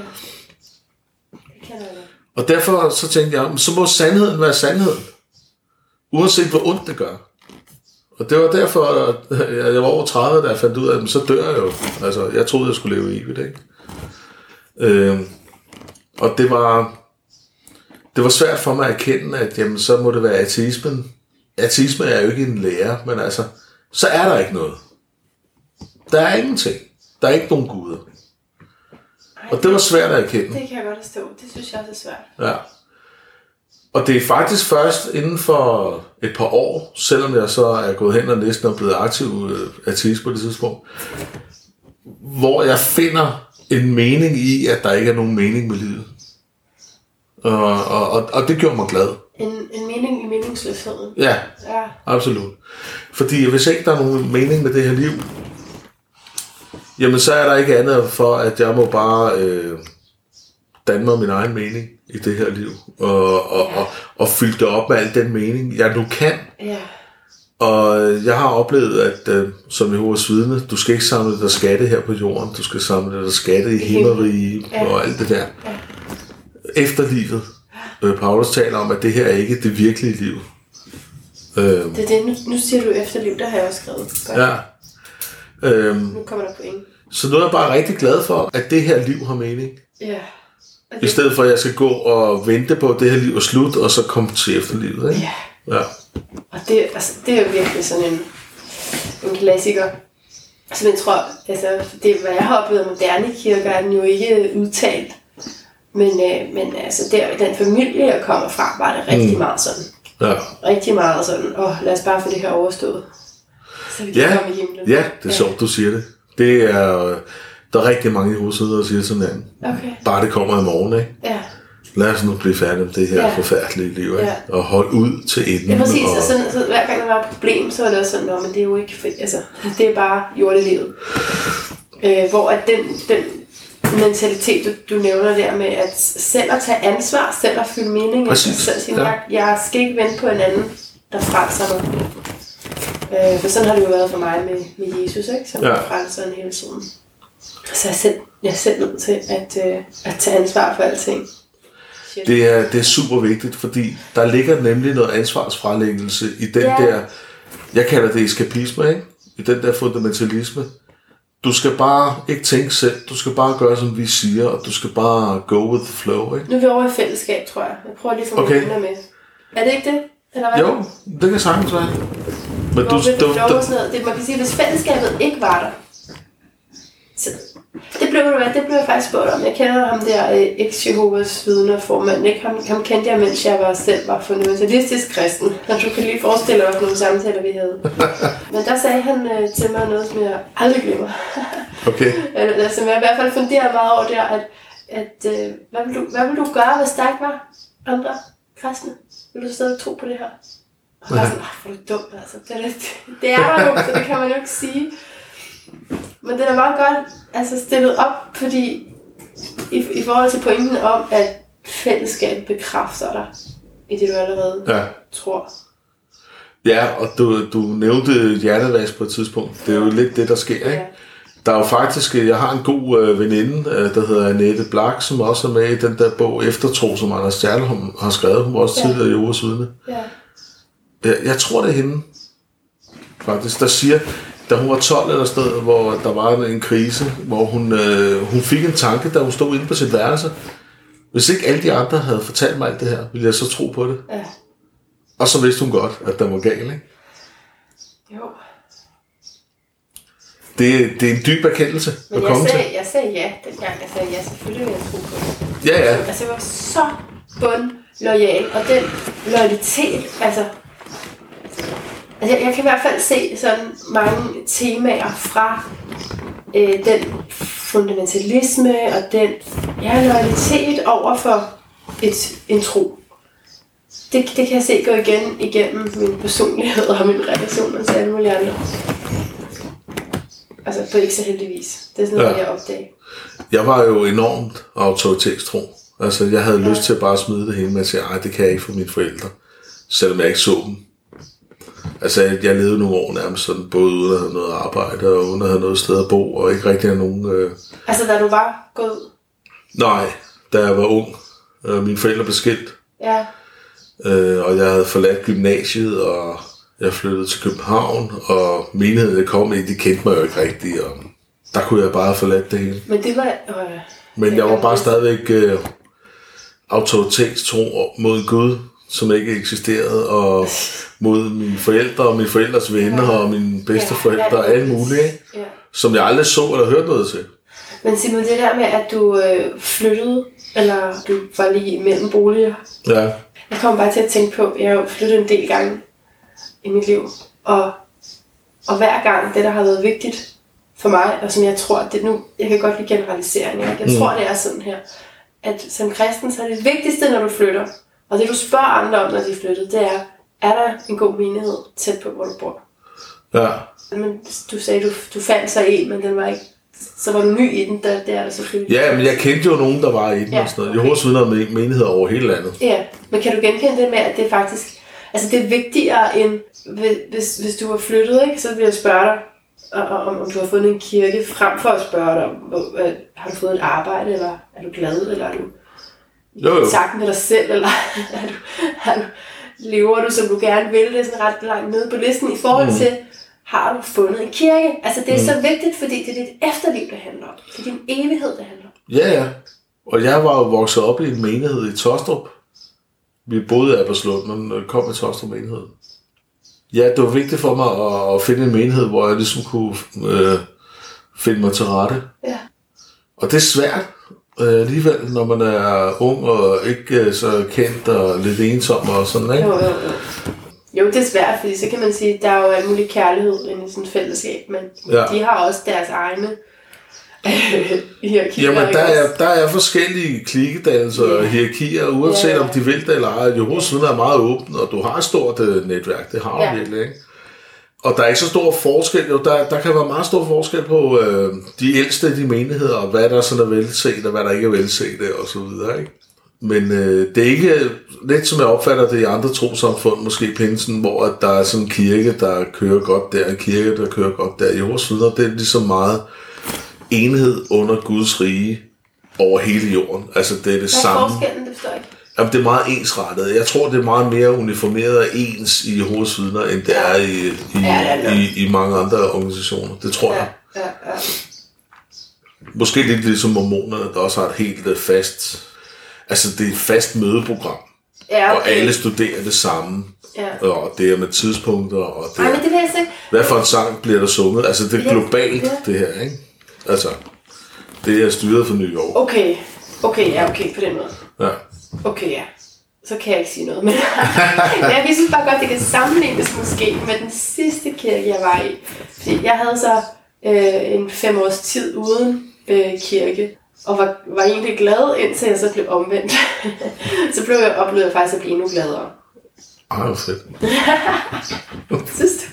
Og derfor så tænkte jeg, så må sandheden være sandheden, uanset hvor ondt det gør. Og det var derfor, at jeg var over tredive, da jeg fandt ud af, at så dør jeg jo. Altså, jeg troede, jeg skulle leve evigt, ikke? Øh, og det var... Det var svært for mig at erkende, at jamen, så må det være ateismen. Ateisme er jo ikke en lære, men altså, så er der ikke noget. Der er ingenting. Der er ikke nogen guder. Ej, og det var svært at erkende. Det kan jeg godt forstå. Det synes jeg også er svært. Ja. Og det er faktisk først inden for et par år, selvom jeg så er gået hen og næsten er blevet aktiv ateist på det tidspunkt, hvor jeg finder en mening i, at der ikke er nogen mening med livet. Og, og, og, og det gjorde mig glad. En, en mening i meningsløsheden. Ja, ja, absolut. Fordi hvis ikke der er nogen mening med det her liv, jamen så er der ikke andet for, at jeg må bare øh, danne mig min egen mening i det her liv. Og, og, ja. og, og fylde det op med al den mening, jeg nu kan. Ja. Og jeg har oplevet, at øh, som Jehovas vidne, du skal ikke samle dig skatte her på jorden, du skal samle dig skatte i himmelriget ja. og alt det der. Ja. Efterlivet. Øh, Paulus taler om, at det her er ikke det virkelige liv. Øh, det er det, nu, nu siger du efterliv, der har jeg også skrevet. Godt. Ja. Øh, nu kommer der point. Så nu er jeg bare rigtig glad for, at det her liv har mening. Ja. Okay. I stedet for, at jeg skal gå og vente på, at det her liv er slut, og så komme til efterlivet. Ikke? Ja. Ja. Og det, altså, det er jo virkelig sådan en, en klassiker. Som jeg tror, altså, det hvad jeg har oplevet af moderne kirker, er den jo ikke udtalt. Men, øh, men altså, der, den familie, jeg kommer fra, var det rigtig mm. meget sådan. Ja. Rigtig meget sådan, åh, lad os bare få det her overstået. Så vi kan ja. komme i himlen. Ja, det er sjovt, ja. Du siger det. Det er, der er rigtig mange i hovedet, der siger sådan noget. Okay. Bare det kommer i morgen, ikke? Ja. Lad os nu blive færdige med det her ja. forfærdelige liv, ikke? Ja. Og holde ud til enden. Ja, præcis. Og, og sådan, så hver gang der var et problem, så var det også sådan, men det er jo ikke fedt. Altså, det er bare jordelivet. Øh, hvor at den, den mentalitet, du, du nævner der med, at selv at tage ansvar, selv at fylde mening, altså selv sige, ja. jeg skal ikke vente på en anden, der frelser mig. Øh, for sådan har det jo været for mig med, med Jesus, ikke? Som ja. frelser en hele tiden. Så jeg er selv, jeg er selv nødt til at, øh, at tage ansvar for alting. Det er, det er super vigtigt, fordi der ligger nemlig noget ansvarsfralæggelse i den ja. der, jeg kalder det eskapisme, ikke? I den der fundamentalisme. Du skal bare ikke tænke selv, du skal bare gøre, som vi siger, og du skal bare go with the flow, ikke? Nu er vi over i fællesskab, tror jeg. Jeg prøver lige at få okay. mine med. Er det ikke det? Eller hvad? Jo, det kan sagtens være. Men du, du, du, du, det, man kan sige, hvis fællesskabet ikke var der, så det blev, det blev jeg faktisk spurgt om. Jeg kender ham der, ex-Jehovas vidner formand, ikke? Ham, ham kendte jeg, mens jeg var selv var fundamentalistisk kristen. Og du kan lige forestille dig, nogle samtaler, vi havde. Men der sagde han øh, til mig noget, som jeg aldrig glemmer. Okay. Eller, som jeg i hvert fald funderede meget over der, at, at øh, hvad, vil du, hvad vil du gøre, hvis der ikke var andre kristne? Vil du stadig tro på det her? Og jeg var sådan, hvor er du dumt, altså. Det er, det, det er der jo, så det kan man jo ikke sige. Men det er meget godt altså stillet op, fordi i, i forhold til pointen om, at fællesskab bekræfter dig i det, du allerede ja. tror. Ja, og du, du nævnte hjertevask på et tidspunkt. Det er jo lidt det, der sker, ikke? Ja. Der er jo faktisk, jeg har en god øh, veninde, øh, der hedder Annette Blak, som også er med i den der bog Eftertro, som Anders Stjernholm har skrevet. Hun var også ja. tidligere Jehovas vidne. Ja. Jeg, jeg tror, det er hende, faktisk, der siger, da hun var tolv eller sted, hvor der var en krise, hvor hun, øh, hun fik en tanke, da hun stod inde på sit værelse. Hvis ikke alle de andre havde fortalt mig alt det her, ville jeg så tro på det. Ja. Og så vidste hun godt, at der var galt, ikke? Jo. Det, det er en dyb erkendelse at komme til. Men jeg sagde ja, dengang jeg sagde ja, selvfølgelig vil jeg tro på det. Ja, ja. Altså, jeg var så bundloyal, og den loyalitet, altså... Altså, jeg, jeg kan i hvert fald se sådan mange temaer fra øh, den fundamentalisme og den ja, loyalitet over for et, en tro. Det, det kan jeg se gå igen igennem min personlighed og min relationer til alle mulige andre. Altså på ikke så heldigvis. Det er sådan noget, ja. jeg opdager. Jeg var jo enormt autoritetstro. Altså jeg havde ja. lyst til at bare smide det hele med at sige, ej, det kan jeg ikke for mine forældre. Selvom jeg ikke så dem. Altså, jeg levede nogle år nærmest sådan, både uden at have noget arbejde, og uden at have noget sted at bo, og ikke rigtig have nogen... Øh... Altså, da du var gået ud? Nej, da jeg var ung. Øh, mine forældre blev skilt. Ja. Øh, og jeg havde forladt gymnasiet, og jeg flyttede til København, og menigheden, jeg kom i, de kendte mig jo ikke rigtigt, og der kunne jeg bare have forladt det hele. Men det var... Øh, Men jeg var bare stadigvæk øh, autoritetstro mod en Gud, som ikke eksisterede, og mod mine forældre og mine forældres venner ja. og mine bedsteforældre ja, ja, og alle mulige, ja. som jeg aldrig så eller hørte noget til. Men Simon, det der med, at du øh, flyttede, eller du var lige mellem boliger. Ja. Jeg kom bare til at tænke på, jeg har jo flyttet en del gange i mit liv, og, og hver gang det, der har været vigtigt for mig, og som jeg tror, det nu, jeg kan godt lide generalisering, jeg, jeg mm. tror, det er sådan her, at som kristen, så er det vigtigste, når du flytter, og det du spørger andre om, når de er flyttet, det er, er der en god menighed tæt på, hvor du bor? Ja. Men du sagde, du, du fandt sig en, men den var ikke, så var du ny i den, der, der er der selvfølgelig. Ja, men jeg kendte jo nogen, der var i den, ja, og sådan noget. Jehovas vidner med menigheder over hele landet. Ja, men kan du genkende det med, at det er faktisk, altså det er vigtigere end, hvis, hvis du var flyttet, ikke, så vil jeg spørge dig, om, om du har fundet en kirke, frem for at spørge dig, om, hvor, har du fået et arbejde, eller er du glad, eller er du i takt med dig selv, eller er du, er du, lever du, som du gerne vil, det er sådan ret langt nede på listen, i forhold mm. til, har du fundet en kirke? Altså det er mm. så vigtigt, fordi det er dit efterliv, det handler om. Det er din evighed, det handler om. Ja, ja. Og jeg var jo vokset op i en menighed i Tostrup. Vi boede i Aberslund, men kom i Tostrup menighed. Ja, det var vigtigt for mig at, at finde en menighed, hvor jeg ligesom kunne øh, finde mig til rette. Ja. Og det er svært øh, alligevel, når man er ung og ikke øh, så kendt og lidt ensom og sådan, ikke? Jo, jo, jo. Jo, det er svært, fordi så kan man sige, at der er jo alt mulig kærlighed inde i sådan et fællesskab, men ja. De har også deres egne øh, hierarkier. Jamen, der er, der er forskellige klikkedannelser og hierarkier, uanset ja. Om de vil det eller ej. Jehovas vidner er meget åbent, og du har et stort uh, netværk, det har du ja. Virkelig, ikke? Og der er ikke så stor forskel, jo, der, der kan være meget stor forskel på øh, de ældste af de menigheder, og hvad der sådan er velset, og hvad der ikke er velset, og så videre, ikke? Men øh, det er ikke lidt som jeg opfatter det i andre trosamfund, måske pinsen, hvor at der er sådan en kirke, der kører godt der, en kirke, der kører godt der. Jehovas vidner, det er ligesom meget enhed under Guds rige over hele jorden. Altså det er det samme. Hvad er forskellen, det forstår jeg ikke? Jamen, det er meget ensrettet. Jeg tror, det er meget mere uniformeret og ens i Jehovas vidner, end det er i, i, ja, det er i, i mange andre organisationer. Det tror ja, jeg. Ja, ja. Måske lidt ligesom mormonerne, der også har et helt fast... Altså, det er et fast mødeprogram, ja, okay. Og alle studerer det samme. Ja. Og det er med tidspunkter, og det, Ej, men det vil jeg sige. hvad for en sang bliver der sunget. Altså, det er globalt, ja. Det her, ikke? Altså, det er styret for New York. Okay, okay, ja, okay, på den måde. Ja. Okay, ja. Så kan jeg ikke sige noget. Men jeg synes bare godt, det kan sammenlignes måske med den sidste kirke, jeg var i. Fordi jeg havde så øh, en fem års tid uden øh, kirke. Og var, var egentlig glad, indtil jeg så blev omvendt. Så blev jeg oplevet faktisk at blive endnu gladere. Ej, hvor fedt. Synes du?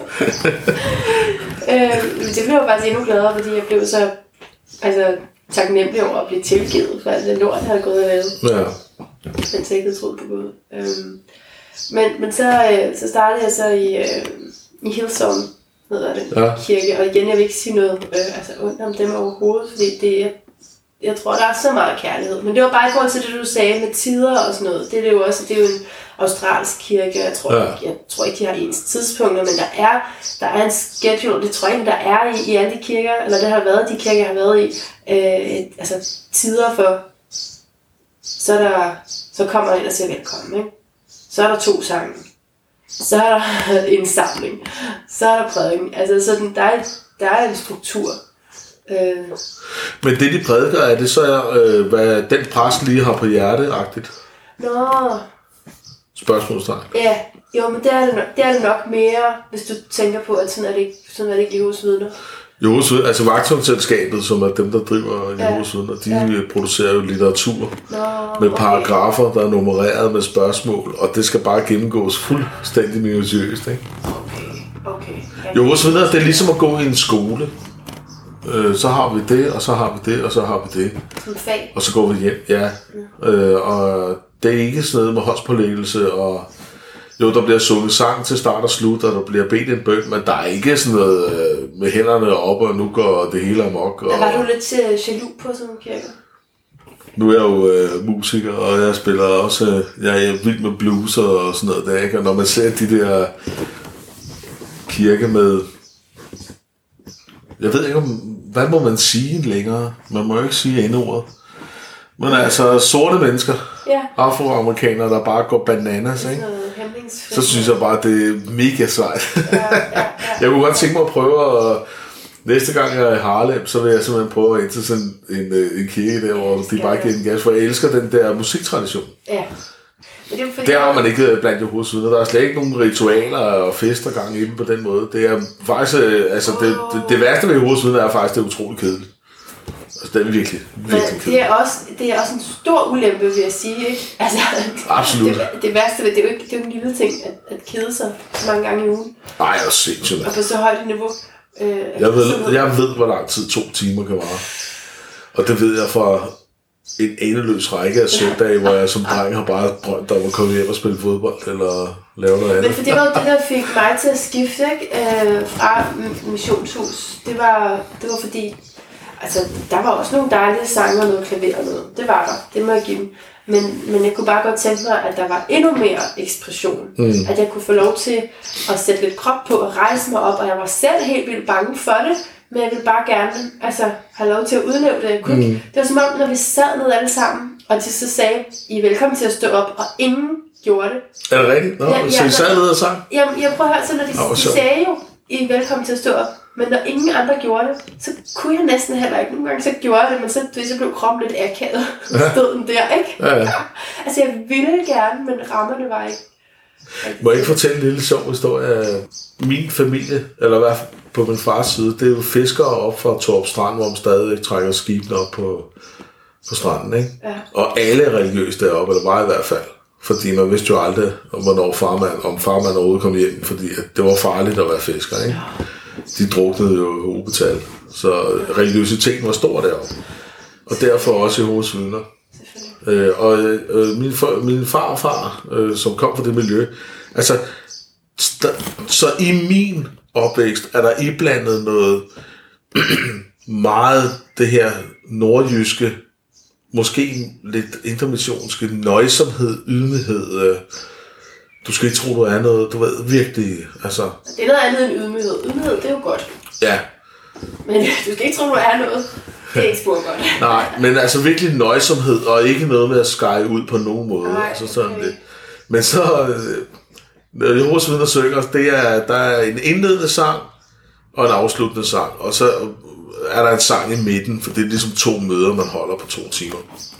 øh, det blev jeg faktisk endnu gladere, fordi jeg blev så altså, taknemmelig over at blive tilgivet for alt det lort, jeg havde gået og lavet. Ja. Mens jeg ikke havde troet på Gud. Øhm, men, men så, øh, så startede jeg så i, øh, i Hillsong, hedder det, ja. Kirke. Og igen, jeg vil ikke sige noget øh, altså, ondt om dem overhovedet, fordi det er jeg tror, der er så meget kærlighed. Men det var bare i forhold til det, du sagde med tider og sådan noget. Det er det jo også, det er jo en australsk kirke. Jeg tror, ja. jeg, jeg tror ikke, de har ens tidspunkter, men der er, der er en schedule. Det tror jeg ikke, der er i, i alle de kirker, eller det har været de kirker, jeg har været i. Øh, altså tider for, så, er der, så kommer der ind og siger velkommen. Ikke? Så er der to sange. Så er der en samling. Så er der prædiken. Altså sådan, der er, der er en struktur. Øh. Men det de prædiker, er det så øh, hvad den præst lige har på hjertet-agtigt? Nå. Spørgsmålstegn. Ja, jo, men det er det, nok, det er det nok mere, hvis du tænker på, at sådan er det ikke, sådan er det ikke Jehovas vidner. Jehovas vidner, altså Vagtårnsselskabet, som er dem, der driver Jehovas vidner, de ja. Producerer jo litteratur Nå, med okay. paragrafer, der er nummereret med spørgsmål, og det skal bare gennemgås fuldstændig minutiøst, ikke? Okay, okay. Ja. Jehovas vidner, det er ligesom at gå i en skole. Så har vi det, og så har vi det, og så har vi det. Som fag. Og så går vi hjem, ja. Mm. Øh, og det er ikke sådan noget med håndspålæggelse, og jo, der bliver sunget sang til start og slut, og der bliver bedt en bøn, men der er ikke sådan noget øh, med hænderne op, og nu går det hele amok. Og... Var du lidt øh, jaloux på sådan en kirke? Nu er jeg jo øh, musiker, og jeg spiller også, øh, jeg er vild med blues og sådan noget der, ikke? Og når man ser de der kirker med... Jeg ved ikke, om, hvad må man sige længere? Man må jo ikke sige endordet. Men altså, sorte mennesker, ja. Afroamerikanere, der bare går bananas, ikke? Så synes jeg bare, det er mega sejt. Ja, ja, ja. Jeg kunne godt tænke mig at prøve at... Næste gang jeg er i Harlem, så vil jeg simpelthen prøve at ind til sådan en, en kirke der, hvor de bare giver en gas, for jeg elsker den der musiktradition. Ja. Men det, er fordi, det har man ikke blandt Jehovas vidner. Der er slet ikke nogen ritualer og fester gang i dem på den måde. Det er faktisk, altså det, det, det værste ved Jehovas vidner er faktisk, det er utroligt kedeligt. Altså, det er virkelig, virkelig det er også det er også en stor ulempe, vil jeg sige, ikke? Altså, absolut. Det, det værste ved det er jo ikke, det er jo en lille ting at, at kede sig så mange gange i ugen. Nej, jeg er sindssygt. Og på så højt et niveau. Øh, jeg, ved, jeg ved, hvor lang tid to timer kan vare. Og det ved jeg fra en endeløs række af søndage, hvor jeg som dreng har bare drømt om at komme hjem og spille fodbold eller lave noget andet. Men for det var det, der fik mig til at skifte, ikke? Øh, fra missionshus. Det var, det var fordi, altså, der var også nogle dejlige sange og noget klaver og noget. Det var der, det må jeg give dem. Men, men jeg kunne bare godt tænke mig, at der var endnu mere ekspression. Mm. At jeg kunne få lov til at sætte lidt krop på og rejse mig op, og jeg var selv helt vildt bange for det. Men jeg ville bare gerne altså, have lov til at udleve det. Jeg kunne ikke. Det var som om, når vi sad ned alle sammen, og de så sagde, I er velkommen til at stå op, og ingen gjorde det. Er det rigtigt? Nå, ja, så I sad ned og sang? Jamen, jeg prøver at høre, så når de, oh, de sagde jo, I er velkommen til at stå op, men når ingen andre gjorde det, så kunne jeg næsten heller ikke. Nogle gange så gjorde jeg det, men så, så blev kroppen lidt akavet. Ja. Stod den der, ikke? Ja, ja. Altså, jeg ville gerne, men rammerne var ikke. Må jeg ikke fortælle en lille sjov historie af min familie, eller i hvert fald på min fars side? Det er jo fiskere op fra Torp Strand, hvor man stadig trækker skibene op på, på stranden, ikke? Ja. Og alle er religiøse deroppe, eller var i hvert fald. Fordi man vidste jo aldrig, hvornår farmand, om farmand overhovedet kom hjem, fordi det var farligt at være fisker, ikke? Ja. De druknede jo ubetalt, så religiøsiteten var stor deroppe. Og derfor også Jehovas vidner. Øh, og øh, min, for, min far og far, øh, som kom fra det miljø, altså, st- så i min opvækst er der iblandet noget meget det her nordjyske, måske lidt intermissionske nøjsomhed, ydmyghed. Øh, du skal ikke tro, du er noget, du ved, virkelig, altså. Det er noget andet end ydmyghed. Ydmyghed, det er jo godt. Ja. Men du skal ikke tro, du er noget. Det er ikke spor godt. Nej, men altså virkelig nøjsomhed, og ikke noget med at skære ud på nogen måde. Nej, altså sådan okay. det. Men så, når Jehovas vidner synger, det er, der er en indledende sang, og en afsluttende sang, og så er der en sang i midten, for det er ligesom to møder, man holder på to timer.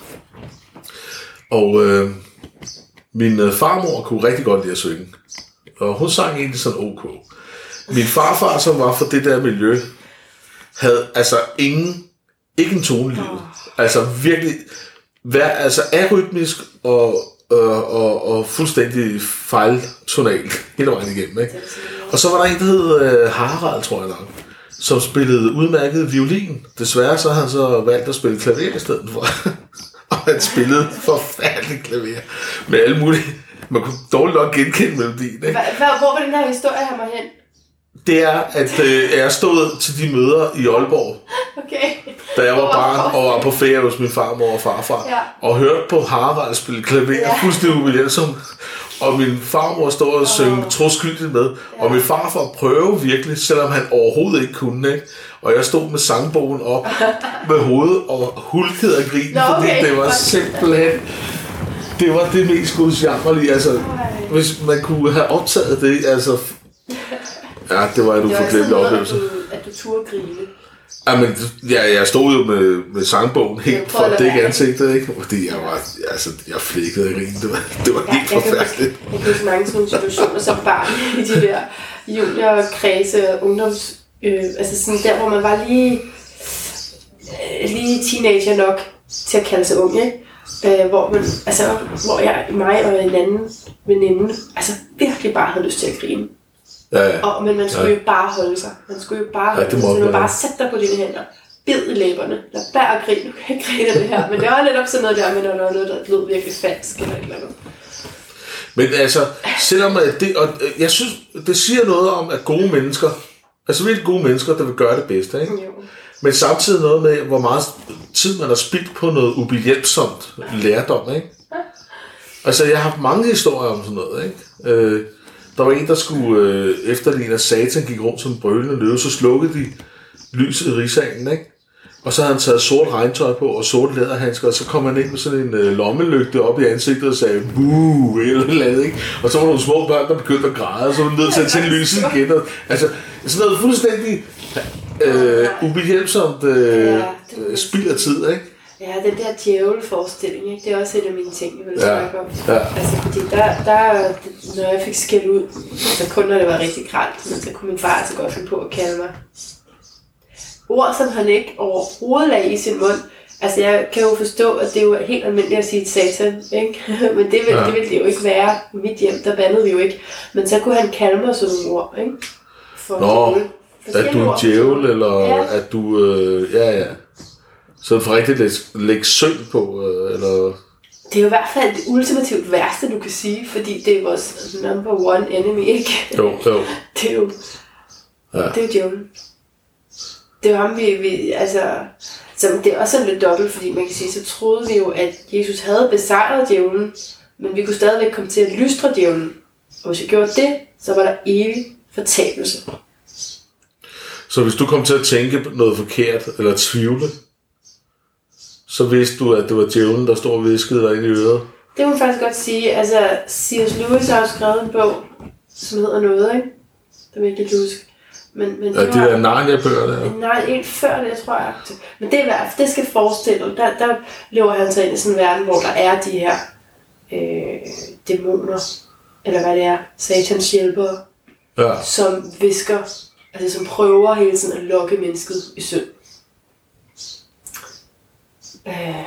Og øh, min farmor kunne rigtig godt lide at synge, og hun sang egentlig sådan ok. Min farfar, som var fra det der miljø, havde altså ingen, ikke en tone i livet. Altså virkelig, vær, altså arytmisk og, og, og, og fuldstændig fejltonal hele vejen igennem, ikke? Og så var der en, der hed øh, Harald, tror jeg nok, som spillede udmærket violin. Desværre så har han så valgt at spille klaver i stedet for. Og han spillede forfærdeligt klaver med alle mulige. Man kunne dårligt nok genkende melodien, ikke? Hvor var den her historie her mig hen? Det er, at øh, jeg stod til de møder i Aalborg, okay. da jeg var barn og var på ferie hos min farmor og farfar, ja. Og hørte på Harald spille klaver, ja. Fuldstændig umiddelsomt. Og min farmor stod og synge oh. troskyldigt med, ja. Og min farfar prøvede virkelig, selvom han overhovedet ikke kunne, ikke? Og jeg stod med sangbogen op med hovedet og hulkede af grin, okay. Fordi det var simpelthen, det var det mest gudsjammerlige, altså, hvis man kunne have optaget det, altså. Ja, det var en uforglemmelig oplevelse. Det var sådan noget, at du, at du turde grine. Ja, men ja, jeg stod jo med, med sangbogen helt for det ikke ansigtet, ikke? Fordi jeg var, altså, jeg flækkede i grin. Det var, det var ja, helt forfærdeligt. Jeg kan huske mange sådan situationer som barn i de der juniorkredse og ungdoms... Øh, altså sådan der, hvor man var lige, øh, lige teenager nok til at kalde sig ung, ikke? Øh, hvor, man, altså, hvor jeg, mig og en anden veninde, altså virkelig bare havde lyst til at grine. Ja, ja. Og, men man skulle ja. jo bare holde sig. Man skulle jo bare holde ja, sig. Så du bare sætte dig på dine hænder. Bid i læberne. Lad være at grine. Du kan ikke grine af det her. Men det var lidt op sådan noget der, men der var noget, der lød virkelig falsk eller et eller andet. Men altså, selvom det, og jeg synes, det siger noget om, at gode mennesker, altså virkelig gode mennesker, der vil gøre det bedste, ikke? Jo. Men samtidig noget med, hvor meget tid man har spildt på noget ubehjælpsomt lærdom, ikke? Altså, jeg har haft mange historier om sådan noget, ikke? Øh, Der var en, der skulle øh, efterligne, at Satan gik rundt som en brølende løve, så slukkede de lyset i rigsalen, ikke? Og så havde han taget sort regntøj på og sorte læderhandsker, og så kom han ind med sådan en øh, lommelygte op i ansigtet og sagde, buh, eller eller andet, ikke? Og så var der nogle små børn, der begyndte at græde, og så var de nødt til at tænde lyset igen. Og, altså, sådan noget fuldstændig øh, ubehjælpsomt øh, spild af tid, ikke? Ja, den der djævelforestilling, ikke? Det er også et af mine ting, jeg vil ja. snakke om. Ja. Altså, fordi der, der, når jeg fik skæld ud, så kun når det var rigtig grelt, men så kunne min far altså godt finde på at kalde mig ord, som han ikke overhovedet lagde i sin mund. Altså, jeg kan jo forstå, at det er jo helt almindeligt at sige satan, ikke? Men det ville, ja. det ville det jo ikke være i mit hjem, der bandede vi jo ikke. Men så kunne han kalde mig sådan nogle ord, ikke? For Nå, djævel. er du en djævel, eller ja. er du... Øh, ja, ja. Så for rigtigt lægge, lægge synd på, øh, eller... Det er jo i hvert fald det ultimativt værste, du kan sige, fordi det er vores number one enemy, ikke? Jo, jo. Det er jo... Ja. Det er jo djævlen. Det er jo ham, vi... vi altså, så det er også sådan lidt dobbelt, fordi man kan sige, så troede vi jo, at Jesus havde besejret djævlen, men vi kunne stadigvæk komme til at lystre djævlen. Og hvis vi gjorde det, så var der evig fortabelse. Så hvis du kom til at tænke noget forkert, eller tvivle, så vidste du, at det var djævlen, der stod og viskede dig ind i øret? Det må man faktisk godt sige. Altså, C S. Lewis har jo skrevet en bog, som hedder noget, ikke? Det vil jeg ikke huske. Men, men ja, det der Narnia-bøger der. Nej, en før det, tror jeg. Men det, er, det skal forestille, der, der lever han sig ind i sådan en verden, hvor der er de her øh, dæmoner, eller hvad det er, satans hjælpere, ja. som visker, altså som prøver hele tiden at lokke mennesket i synd. Øh,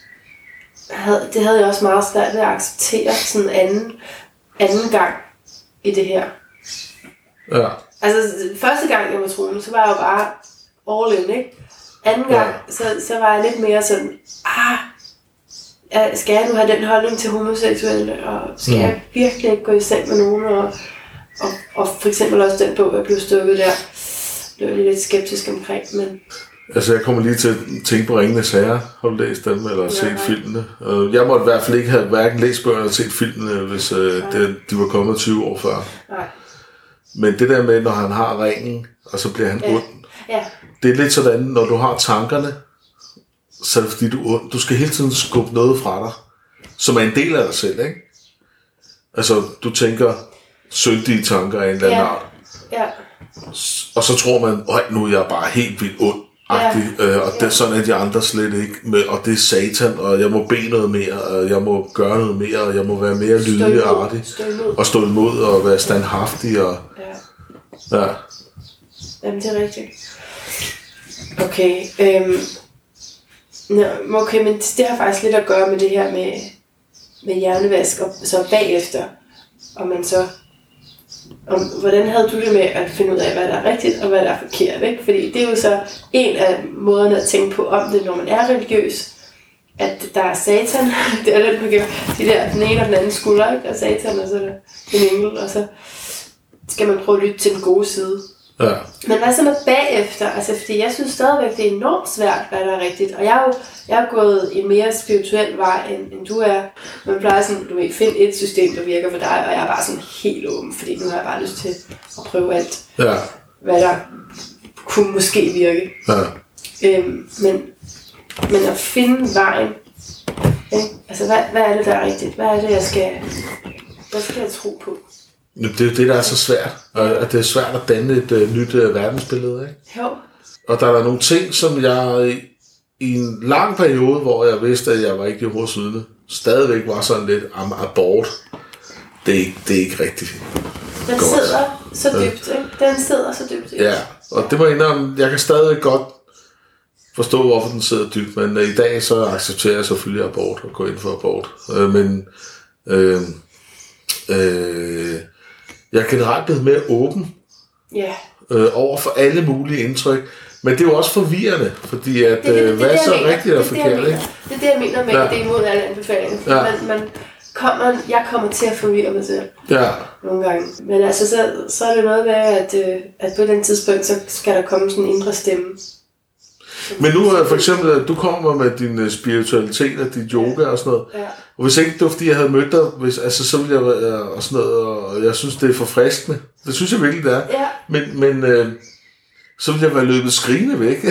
det havde jeg også meget svært ved at acceptere sådan en anden, anden gang i det her. Ja. Altså, første gang jeg var troende, så var jeg jo bare all in, ikke? Anden gang, ja. så, så var jeg lidt mere sådan, ah, skal jeg nu have den holdning til homoseksuelle, og skal mm. jeg virkelig ikke gå i seng med nogen, og, og, og for eksempel også den bog, jeg blev stukket der, blev jeg lidt skeptisk omkring, men... Altså, jeg kommer lige til at tænke på Ringenes Herre. Har du læst dem, eller set ja, filmene? Jeg måtte i hvert fald ikke have hverken læst bøgerne eller set filmene, hvis uh, det, de var kommet tyve år før. Nej. Men det der med, når han har ringen, og så bliver han ja. ond. Ja. Det er lidt sådan, når du har tankerne, så er det fordi, du er ond. Du skal hele tiden skubbe noget fra dig, som er en del af dig selv, ikke? Altså, du tænker syndige tanker af en eller anden ja. art. Ja. Og så tror man, at nu er jeg bare helt vildt ond. Ja. Øh, og det, sådan er de andre slet ikke med, og det er satan, og jeg må bede noget mere, og jeg må gøre noget mere, og jeg må være mere lydig og artig, og stå imod og være standhaftig og ja. ja. Jamen det er rigtigt. Okay, øhm, nå, okay, men det har faktisk lidt at gøre med det her med, med hjernevask, og så bagefter, og man så om, hvordan havde du det med at finde ud af, hvad der er rigtigt og hvad der er forkert, ikke? Fordi det er jo så en af måderne at tænke på om det, når man er religiøs, at der er satan, det er lidt, man kan de der, den ene og den anden skulder, ikke? Der er satan, og så er der en engel, og så skal man prøve at lytte til den gode side. Ja. Men hvad så med bagefter? Altså, fordi jeg synes stadigvæk, det er enormt svært, hvad der er rigtigt. Og jeg er jo jeg er gået en mere spirituel vej, end, end du er. Man plejer sådan, du ved, find et system, der virker for dig, og jeg er bare sådan helt åben, fordi nu har jeg bare lyst til at prøve alt, ja. hvad der kunne måske virke. Ja. Øhm, men, men at finde vejen, ikke? Altså, hvad, hvad er det, der er rigtigt? Hvad er det, jeg skal, hvad skal jeg tro på? Det er jo det, der er så svært. At det er svært at danne et uh, nyt uh, verdensbillede, ikke? Jo. Og der er der nogle ting, som jeg i, i en lang periode, hvor jeg vidste, at jeg var ikke Jehovas vidne, stadigvæk var sådan lidt am abort. Det er ikke, det er ikke rigtigt. Den godt. sidder så dybt, ikke? Den sidder så dybt. Ikke? Ja, og det må jeg indrømme, jeg kan stadig godt forstå, hvorfor den sidder dybt, men uh, i dag så accepterer jeg selvfølgelig abort og går ind for abort. Uh, men øh, øh, jeg er generelt blevet mere åben yeah. øh, over for alle mulige indtryk. Men det er jo også forvirrende, fordi at, det, det, det, hvad er så rigtigt eller forkert, ikke? Det er det, jeg mener med, ja. at det er imod alle anbefalinger. Ja. Man, man kommer, jeg kommer til at forvirre mig selv ja. nogle gange. Men altså, så, så er det noget med, at, at på den tidspunkt, så skal der komme sådan en indre stemme. Men nu for eksempel, du kommer med din spiritualitet og dit yoga og sådan noget. Ja. Og hvis ikke det var, fordi jeg havde mødt dig, hvis, altså, så ville jeg og sådan noget, og jeg synes, det er forfriskende. Det synes jeg virkelig, det er. Ja. Men, men øh, så ville jeg være løbet skrigende væk.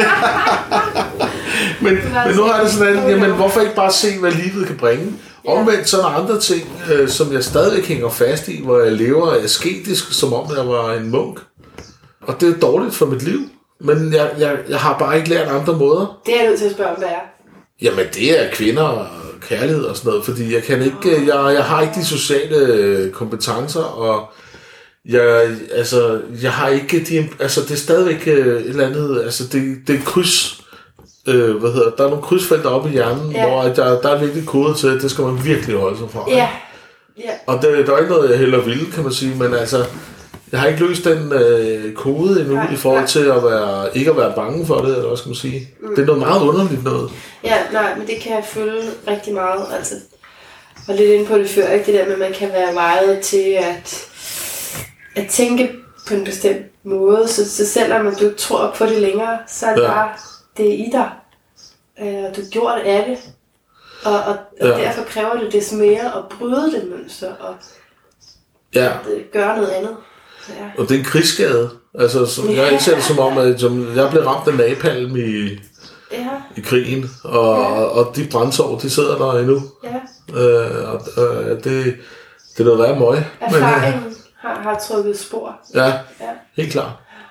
men, men nu har det sådan, at, jamen, hvorfor ikke bare se, hvad livet kan bringe? Ja. Omvendt så er der andre ting, øh, som jeg stadig hænger fast i, hvor jeg lever asketisk, som om jeg var en munk. Og det er dårligt for mit liv. Men jeg, jeg, jeg har bare ikke lært andre måder. Det er jeg nødt til at spørge om, hvad er. Jamen, det er kvinder og kærlighed og sådan noget, fordi jeg kan ikke, jeg, jeg har ikke de sociale kompetencer, og jeg, altså, jeg har ikke de, altså, det er stadigvæk et eller andet, altså, det, det er kryds, øh, hvad hedder, der er nogle krydsfelter oppe i hjernen, ja. Hvor der, der er virkelig kode til, at det skal man virkelig holde sig fra. Ja. Ja. Og det, der er ikke noget, jeg heller vil, kan man sige, men altså, jeg har ikke løst den øh, kode endnu, nej, i forhold nej. til at være, ikke at være bange for det, eller hvad skal man sige. Mm. Det er noget meget underligt noget. Ja, nej, men det kan jeg føle rigtig meget, altså, og lidt inde på det før, ikke? Det der med, at man kan være vejet til at, at tænke på en bestemt måde, så, så selvom du ikke tror på det længere, så er det ja. bare, det er i dig, øh, og du har gjort af det, og, og, og ja. derfor kræver det des mere at bryde det mønster, og ja. gøre noget andet. Ja. Og det er en krigsskade. Altså, som, ja. jeg ser det som om, at som, jeg blev ramt af napalm i, ja. i krigen, og, ja. og de brændsår, de sidder der endnu. Ja. Øh, og, øh, det, det er noget værd møg. Erfaringen men, har, har trykket spor. Ja, ja. helt klart.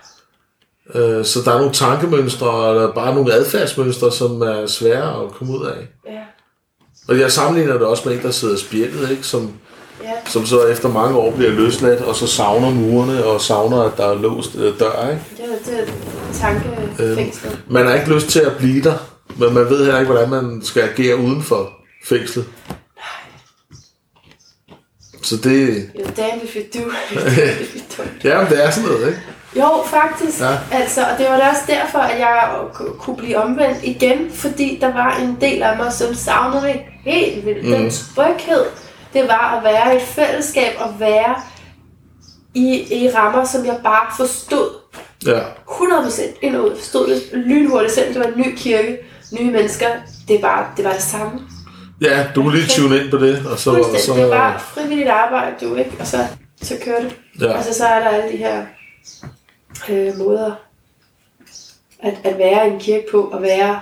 Øh, så der er nogle tankemønstre, eller bare nogle adfærdsmønstre, som er svære at komme ud af. Ja. Og jeg sammenligner det også med en, der sidder spjældet, ikke? Som, ja. som så efter mange år bliver løsladt, og så savner murene, og savner, at der er låst øh, dør, ikke? Ja, det er tankefængslet. Øh, man har ikke lyst til at blive der, men man ved heller ikke, hvordan man skal agere uden for fængslet. Nej. Så det... Jo, damn if you do. Ja, men det er sådan noget, ikke? Jo, faktisk. Ja. Altså, og det var da også derfor, at jeg kunne blive omvendt igen, fordi der var en del af mig, som savnede det helt vildt. Mm. Den tryghed, det var at være i et fællesskab og være i, i rammer, som jeg bare forstod. Ja. hundrede procent ind og ud. Forstod det lynhurtigt, selvom det var en ny kirke, nye mennesker. Det var det, var det samme. Ja, du kunne lige tune ind på det. Og så, og så... Det var frivilligt arbejde, du, ikke? Og så, så kører det. Ja. Og så, så er der alle de her øh, måder at, at være en kirke på, og være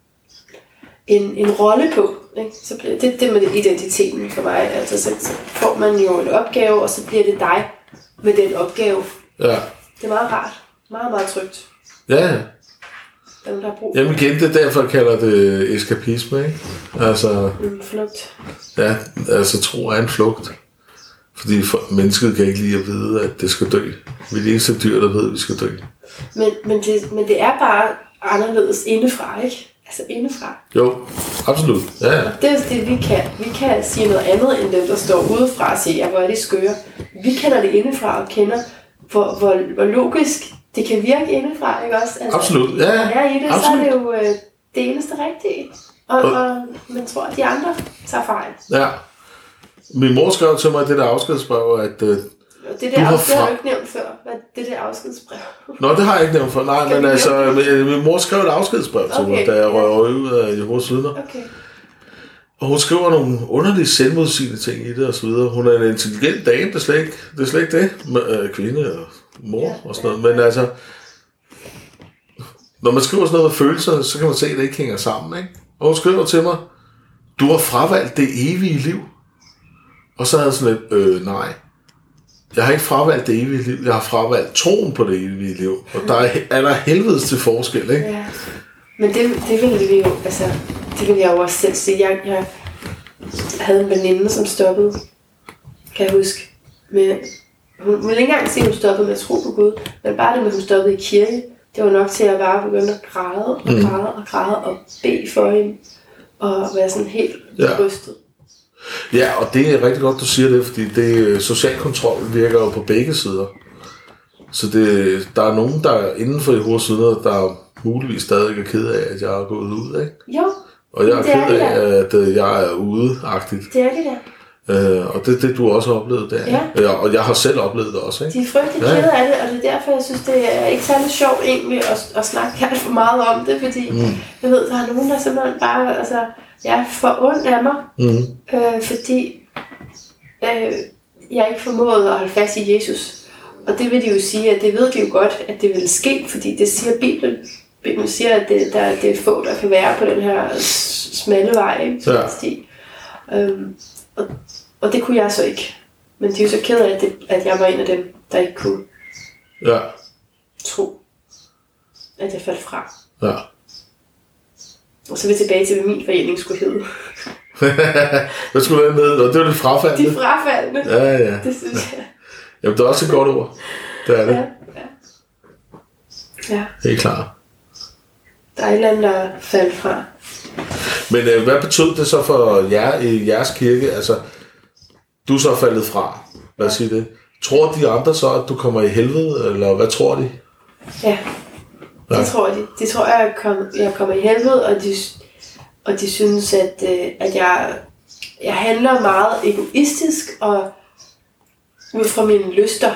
en, en rolle på. Ikke? Så bliver det det med identiteten for mig. Altså, så, så får man jo en opgave, og så bliver det dig med den opgave. Ja. Det er meget rart. Meget, meget trygt. Ja, ja. Jamen igen, det er derfor, jeg kalder det eskapisme, ikke? Altså... En flugt. Ja, altså tro er en flugt. Fordi for, mennesket kan ikke lide at vide, at det skal dø. Vi er de eneste dyr, der ved, at vi skal dø. Men, men, det, men det er bare anderledes indefra, ikke? Altså indefra. Jo, absolut. Ja, ja. Det er det, vi kan. Vi kan sige noget andet, end dem, der står udefra og siger, ja, hvor er det skøre. Vi kender det indefra og kender, hvor, hvor, hvor logisk det kan virke indefra, ikke også? Altså, absolut, ja, ja. Og der i det, absolut. Så er det jo øh, det eneste rigtige. Og, og, og man tror, at de andre tager fejl. Ja. Min mor skrev til mig det der afskedsbrev, at øh, det der afsked har du ikke nævnt før. Hvad det der afskedsbrev? Nå, det har jeg ikke nævnt før. Nej, men altså, min mor skrev et afskedsbrev til okay, mig, da jeg røg ja. ud af Jehovas vidner. Okay. Og hun skriver nogle underlige selvmodsigende ting i det og så videre. Hun er en intelligent dame, det er slet ikke det, er slet ikke det. Med, øh, kvinde og mor ja, og sådan noget. Ja. Men altså, når man skriver sådan noget med følelser, så kan man se, at det ikke hænger sammen, ikke? Og hun skriver til mig, du har fravalgt det evige liv. Og så havde jeg sådan lidt, øh, nej. Jeg har ikke fravalgt det evige liv, jeg har fravalgt troen på det evige liv. Og der er, er der helvedes til forskel, ikke? Ja. Men det, det ville vi jo, altså, det ville jeg jo også selv sige. Jeg, jeg havde en veninde, som stoppede, kan jeg huske. Med, hun ville ikke engang sige, at hun stoppede med at tro på Gud, men bare det med, at hun stoppede i kirke, det var nok til, at jeg bare begyndte at græde og græde og græde og bede for hende. Og være sådan helt ja. rystet. Ja, og det er rigtig godt, du siger det, fordi det, social kontrol virker jo på begge sider. Så det, der er nogen, der er inden for Jehovas vidner, der muligvis stadig er ked af, at jeg er gået ud, ikke? Jo, og jeg er ked af, at jeg er ude-agtigt. Det er det der. Øh, og det er det, du også har oplevet der. Ja. Ja, og jeg har selv oplevet det også, ikke? De er frygtelig ja. kede af det, og det er derfor, jeg synes, det er ikke særlig sjovt egentlig at, at snakke alt for meget om det, fordi mm. jeg ved, der er nogen, der simpelthen bare, altså, jeg er for ondt af mig, mm. øh, fordi øh, jeg ikke formåede at holde fast i Jesus. Og det vil de jo sige, at det ved de jo godt, at det vil ske, fordi det siger Bibelen. Bibelen siger, at det, der, det er få, der kan være på den her smalle vej, ikke? Ja. Øhm, og, og det kunne jeg så ikke. Men de er jo så ked af, at, det, at jeg var en af dem, der ikke kunne ja. tro, at jeg faldt fra. Ja. Og så er vi tilbage til, hvad min forening skulle hedde. Hvad skulle være med? Og det var lidt frafaldende. De frafaldende. Ja, ja. Det synes jeg. Jamen, det er også et godt ord. Det er det. Ja, ja. Ja. Helt klart. Der er et eller andet, der faldt fra. Men øh, hvad betød det så for jer i jeres kirke? Altså, du så er faldet fra. Lad os sige det. Tror de andre så, at du kommer i helvede? Eller hvad tror de? Ja, det ja. tror de. De tror, at jeg, kom, jeg kommer i helvede, og de, og de synes, at, øh, at jeg, jeg handler meget egoistisk og ud fra mine lyster.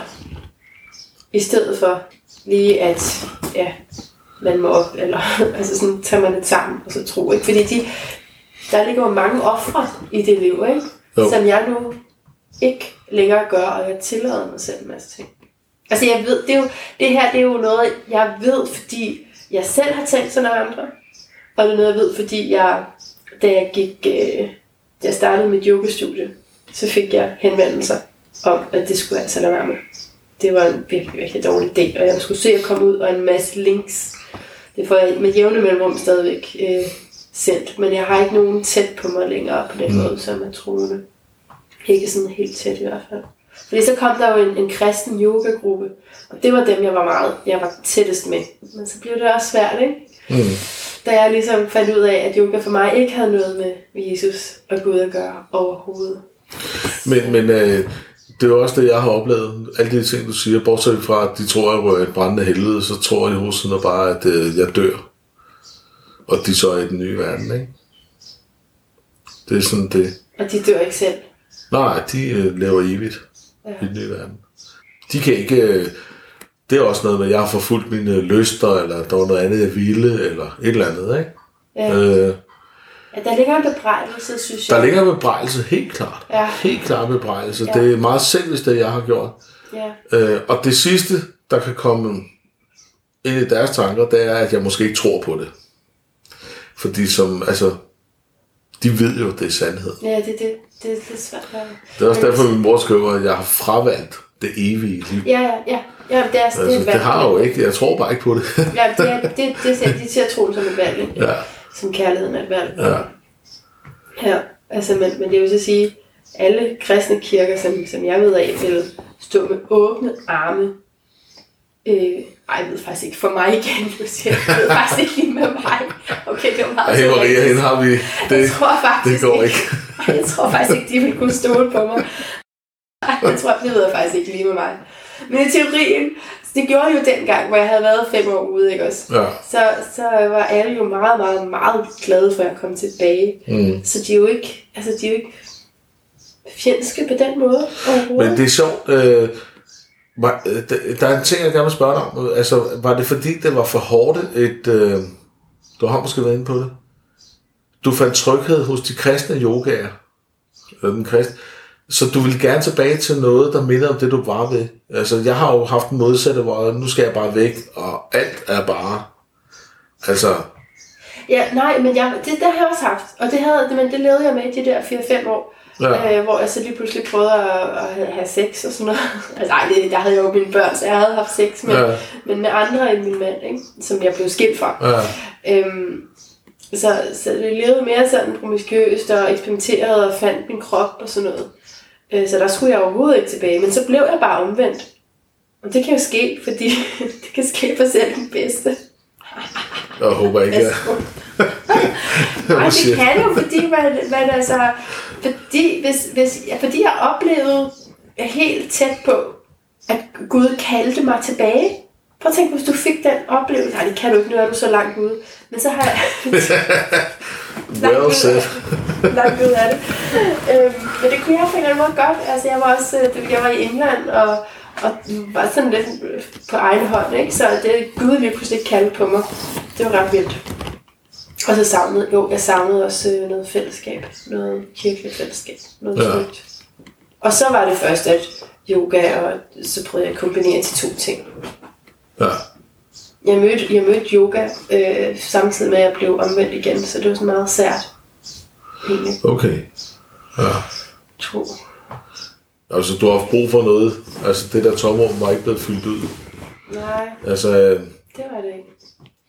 I stedet for lige at ja, man må op, eller altså sådan tager man det sammen og så tro. Ikke? Fordi de, der ligger jo mange ofre i det liv, ikke? Som jeg nu ikke længere gør, og jeg tillader mig selv en masse ting. Altså jeg ved, det, er jo, det her det er jo noget, jeg ved, fordi jeg selv har tænkt sådan nogle andre. Og det er noget, jeg ved, fordi jeg, da jeg gik, øh, da jeg startede mit yogastudie, så fik jeg henvendelser om, at det skulle jeg altså lade være med. Det var en virkelig, virkelig dårlig idé, og jeg skulle se at komme ud, og en masse links. Det får jeg med jævne mellemrum stadigvæk øh, sendt, men jeg har ikke nogen tæt på mig længere på den mm. måde, som jeg troede. Ikke sådan helt tæt i hvert fald. Fordi så kom der jo en, en kristen yogagruppe, og det var dem, jeg var meget, jeg var tættest med. Men så blev det også svært, ikke? Mm. Da jeg ligesom fandt ud af, at yoga for mig ikke havde noget med Jesus og Gud at gøre overhovedet. Men, men øh, det er jo også det, jeg har oplevet. Alle de ting, du siger, bortset fra, at de tror, at jeg rører et brændende helvede, så tror jeg hos sådan bare, at øh, jeg dør. Og de så er i den nye verden, ikke? Det er sådan det. Og de dør ikke selv? Nej, de øh, lever evigt ja. I den nye verden. De kan ikke... Øh, det er også noget med, at jeg har forfulgt mine lyster, eller der var noget andet, jeg ville, eller et eller andet, ikke? Ja. Øh, ja, der ligger en bebrejdelse, synes jeg. Der ligger en bebrejdelse, helt klart. Ja. Helt klart bebrejdelse. Ja. Det er meget selvis, det jeg har gjort. Ja. Øh, og det sidste, der kan komme ind i deres tanker, det er, at jeg måske ikke tror på det. Fordi som, altså, de ved jo, det er sandhed. Ja, det er det. Det er lidt svært. Det er også derfor, min mor skriver, at jeg har fravalgt det evige liv. Ja, ja, ja. Ja, det, er, altså, det, er det har jeg jo ikke. Jeg tror bare ikke på det. Ja, det, er, det, det, det, de ser troen som et valg, ikke? Ja. Som kærligheden er et valg. Ja. Ja, altså, men, men det er jo så at sige, alle kristne kirker, som, som jeg ved af, vil stå med åbne arme. Øh, ej, jeg ved faktisk ikke. For mig igen, du siger, jeg ved faktisk ikke lige med mig. Okay, det var meget ja, Maria, hende har vi. Det, jeg tror faktisk det går ikke. ikke. Jeg tror faktisk ikke, de vil kunne stole på mig. Jeg tror, det ved jeg faktisk ikke lige med mig. Men i teorien, det gjorde jeg jo dengang, hvor jeg havde været fem år ude, ikke også? Ja. Så, så var alle jo meget, meget, meget glade for, at jeg kom tilbage. Mm. Så de er jo ikke, altså de er jo ikke fjendske på den måde. Men det er sjovt. Øh, var, der er en ting, jeg gerne vil spørge dig om. Altså, var det fordi, det var for hårdt et... Øh, du har måske været inde på det. Du fandt tryghed hos de kristne yogaer. Eller den kristne. Så du vil gerne tilbage til noget, der minder om det, du var ved. Altså, jeg har jo haft en modsatte, hvor nu skal jeg bare væk, og alt er bare... Altså... Ja, nej, men jeg, det, det har jeg også haft. Og det, havde, men det levede jeg med i de der fire fem år. Ja. Øh, hvor jeg så lige pludselig prøvede at, at have sex og sådan noget. Altså, ej, det, der havde jeg jo mine børn, så jeg havde haft sex med, ja. Men med andre end min mand, ikke? Som jeg blev skilt fra. Ja. Øhm, så, så det levede mere sådan promiskuøst og eksperimenterede og fandt min krop og sådan noget. Så der skulle jeg overhovedet ikke tilbage, men så blev jeg bare omvendt. Og det kan jo ske, fordi det kan ske for selv den bedste. Jeg håber ikke, ja. Nej, det kan jo, fordi, man, man altså, fordi, hvis, hvis, fordi jeg oplevede helt tæt på, at Gud kaldte mig tilbage. Prøv at tænke, hvis du fik den oplevelse. Nej, det kan du ikke, nu er du så langt ude. Men så har jeg... well said. Langt ud af det. Øhm, men det kunne jeg på en eller anden måde godt. Altså, jeg var også jeg var i England, og, og var sådan lidt på egen hånd, ikke? Så det Gud lige pludselig kaldte på mig. Det var ret vildt. Og så savnede, jo, jeg savnede også noget fællesskab. Noget kirkeligt fællesskab. Noget ja. Trygt. Og så var det først, at yoga, og så prøvede jeg at kombinere de to ting. Ja. Jeg mødte, jeg mødte yoga øh, samtidig med, at jeg blev omvendt igen, så det var sådan meget sært. Egentlig. Okay. Ja. To. Altså, du har haft brug for noget. Altså, det der tomrum var ikke blevet fyldt ud. Nej. Altså... Øh, det var det ikke.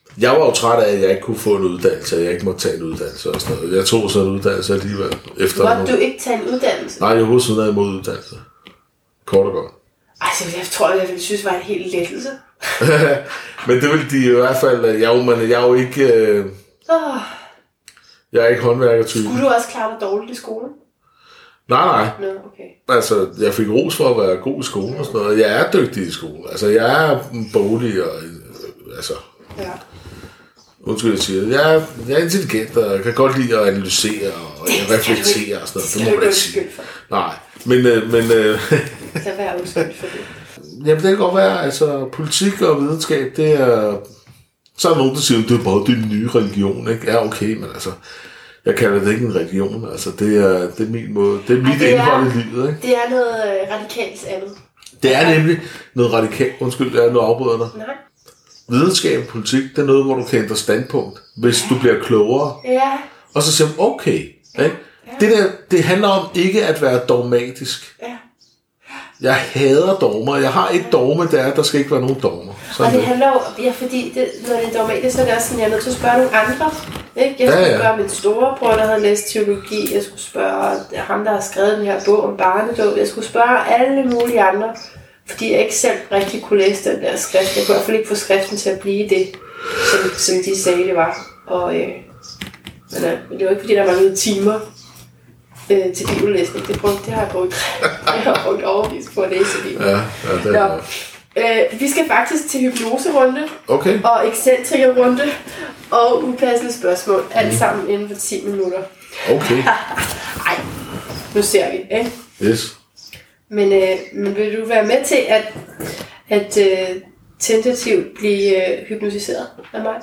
Jeg var jo træt af, at jeg ikke kunne få en uddannelse, at jeg ikke måtte tage en uddannelse og sådan noget. Jeg tog så en uddannelse alligevel. Efter Måtte nogle... du ikke tage en uddannelse? Nej, jeg var sådan noget imod uddannelse. Kort og godt. Altså, jeg tror, jeg ville synes, det var en helt lettelse. Men det ville de i hvert fald... Jeg er jo, men jeg er jo ikke... Øh... Oh. Jeg er ikke håndværkertype. Skulle du også klare dig dårligt i skolen? Nej, nej. Nå, okay. Altså, jeg fik ros for at være god i skolen og sådan noget. Jeg er dygtig i skolen. Altså, jeg er boglig og... Øh, altså... Ja. Undskyld, jeg siger det. Jeg er, jeg er intelligent, og jeg kan godt lide at analysere og det reflektere og sådan noget. Det må du ikke sige. Nej, men... Øh, men øh, så vær undskyld for det. Jamen, det kan godt være, altså, politik og videnskab, det er... Så er der nogen, der siger, at det er bare din nye religion, ikke? Ja, okay, men altså... Jeg kalder det ikke en religion, altså, det er, det er min måde. Det er mit det indhold er, i livet, ikke? Det er noget øh, radikalt andet. Det er nemlig noget radikalt. Undskyld, jeg er noget afbryder dig. Nej. Videnskab og politik, det er noget, hvor du kan ændre standpunkt, hvis du bliver klogere. Ja. Og så siger man, okay. Ikke? Ja. Det, der, det handler om ikke at være dogmatisk. Ja. Jeg hader dogmer. Jeg har et dogme, der er, der skal ikke være nogen dogmer. Sådan og det, det handler jo, ja, fordi det, når det er dogmatisk, så er det også sådan, jeg er nødt til at spørge nogle andre. Ikke? Jeg skulle ja, ja. spørge min storebror, der havde læst teologi. Jeg skulle spørge ham, der har skrevet den her bog om barnedåb. Jeg skulle spørge alle mulige andre, fordi jeg ikke selv rigtig kunne læse den der skrift. Jeg kunne i hvert fald ikke få skriften til at blive det, som, som de sagde, det var. Og, øh, men, øh, men det var ikke, fordi der manglede timer øh, til bibellæsning. Det, brugte, det har jeg brugt, jeg har brugt overvis på at læse Bibelen. Ja, ja, det er øh, vi skal faktisk til hypnoserunde, okay. og excentrikerrunde, og upassende spørgsmål. Alt sammen inden for ti minutter. Okay. Ej, nu ser vi, ikke? Yes. Men, øh, men vil du være med til at, at øh, tentativt blive øh, hypnotiseret af mig?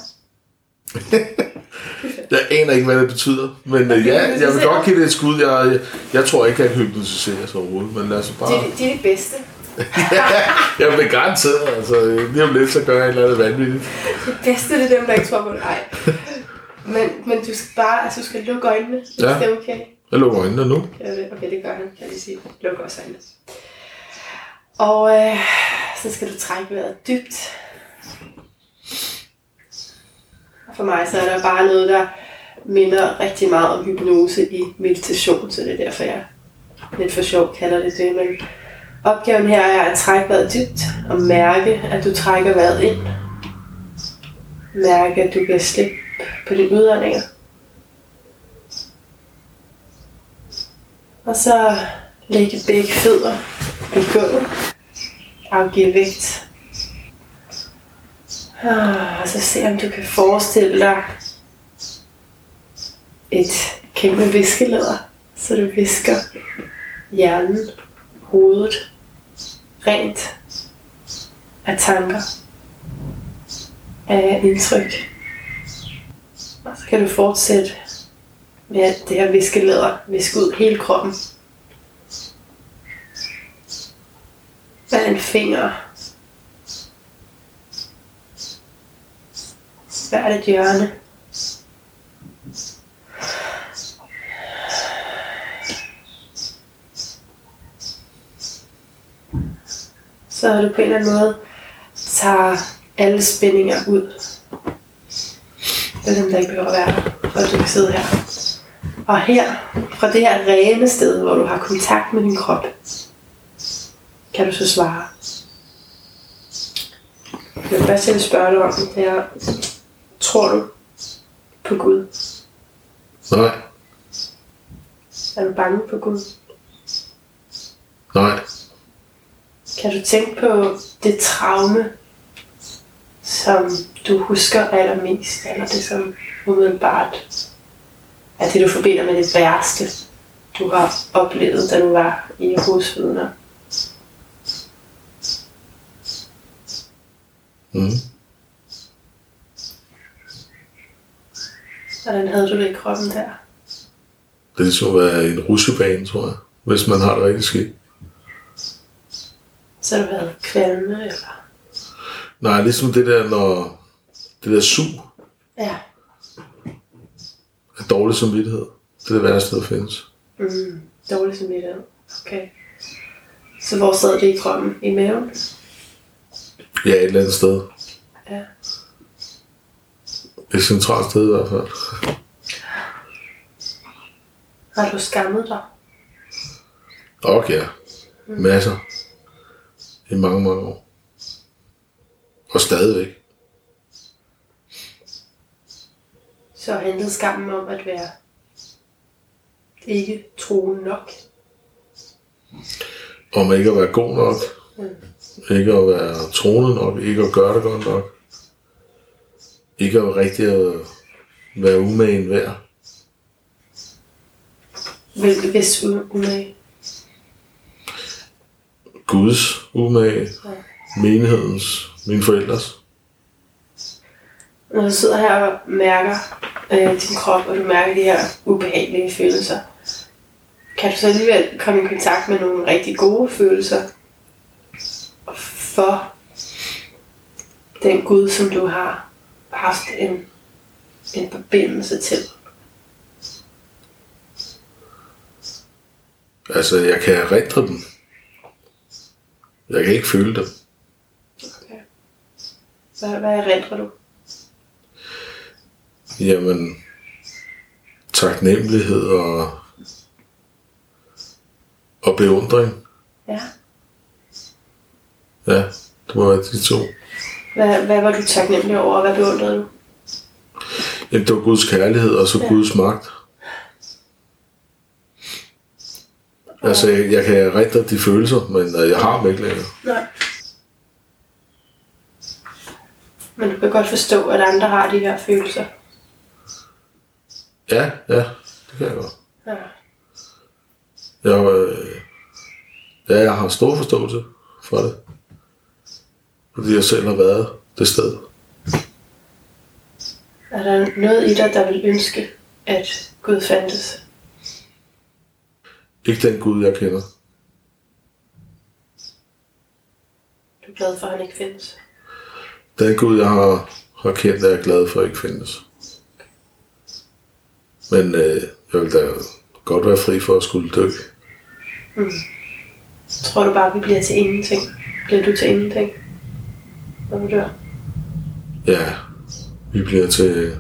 Jeg aner ikke, hvad det betyder, men øh, ja, jeg vil godt give det et skud. Jeg, jeg, jeg tror ikke, jeg kan hypnotiseres overhovedet, men lad os bare... Det, det er det bedste. Ja, jeg bliver garanteret, altså lige om lidt, så gør jeg et eller andet vanvittigt. Det bedste, det er dem, der ikke tror på det. Nej. Men, men du skal bare, altså du skal lukke øjnene, hvis ja. det er okay. Jeg lukker øjnene nu. Okay, det gør han, kan jeg lige sige. Luk også øjnene. Og øh, så skal du trække vejret dybt. Og for mig så er der bare noget, der minder rigtig meget om hypnose i meditation, så det er derfor, jeg lidt for sjov kalder det det. Men opgaven her er at trække vejret dybt og mærke, at du trækker vejret ind. Mærke, at du giver slip på dine udåndinger. Og så lægge begge fødder i gulvet. Afgive vægt. Og så se om du kan forestille dig et kæmpe viskelæder, så du visker hjernen, hovedet, rent af tanker, af indtryk. Og så kan du fortsætte med at det her viskelæder viske ud hele kroppen. Hver en finger. Hvert et hjørne. Så er du på en eller anden måde tager alle spændinger ud. Det er dem, der ikke behøver at være der, og du kan sidde her. Og her, fra det her rene sted, hvor du har kontakt med din krop, kan du så svare. Det første, jeg vil spørge dig om, det er, tror du på Gud? Nej. Er du bange for Gud? Nej. Kan du tænke på det traume, som du husker allermest, eller det som umiddelbart er det, du forbinder med det værste, du har oplevet, da du var i Jehovas vidner? Mm. Hvordan havde du det i kroppen der? Det er ligesom at være i en rutsjebane, tror jeg, hvis man har det rigtig skidt. Så har du været kvalme, eller? Nej, ligesom det der, når det der sug Ja. er dårlig samvittighed. Det er det værste, der findes. Mm, dårlig samvittighed. Okay. Så hvor sad det i kroppen? I maven? Ja, et eller andet sted. Ja. Et centralt sted i hvert fald. Har du skammet dig? Okay, ja. Masser. I mange, mange år. Og stadigvæk. Så handlede skammen om at være ikke troende nok? Om ikke at være god nok. Mm. Ikke at være troende nok. Ikke at gøre det godt nok. Ikke at rigtig at være umagen værd. Hvis umage? Guds umage. Ja. Menighedens. Mine forældres. Når du sidder her og mærker øh, din krop, og du mærker de her ubehagelige følelser, kan du så alligevel komme i kontakt med nogle rigtig gode følelser for den Gud, som du har haft en, en forbindelse til? Altså, jeg kan erindre dem. Jeg kan ikke føle dem. Okay. Hvad, hvad erindrer du? Jamen, taknemmelighed og, og beundring. Ja. Ja, det må være de to. Hvad, hvad var du taknemmelig over, og hvad beundrede du? Jamen, det var Guds kærlighed og så ja. Guds magt. Okay. Altså, jeg, jeg kan erindre de følelser, men uh, jeg har dem ikke længere. Nej. Men du kan godt forstå, at andre har de her følelser. Ja, ja, det kan jeg godt. Ja. Jeg, øh, ja, jeg har stor forståelse for det. Fordi jeg selv har været det sted. Er der noget i dig, der vil ønske, at Gud fandtes? Ikke den Gud, jeg kender. Du er glad for, at han ikke findes? Den Gud, jeg har, har kendt, er jeg glad for, at ikke findes. Men øh, jeg vil da godt være fri for at skulle dø. Mm. Tror du bare, vi bliver til ingenting? Bliver du til ingenting, når du dør? Ja, vi bliver til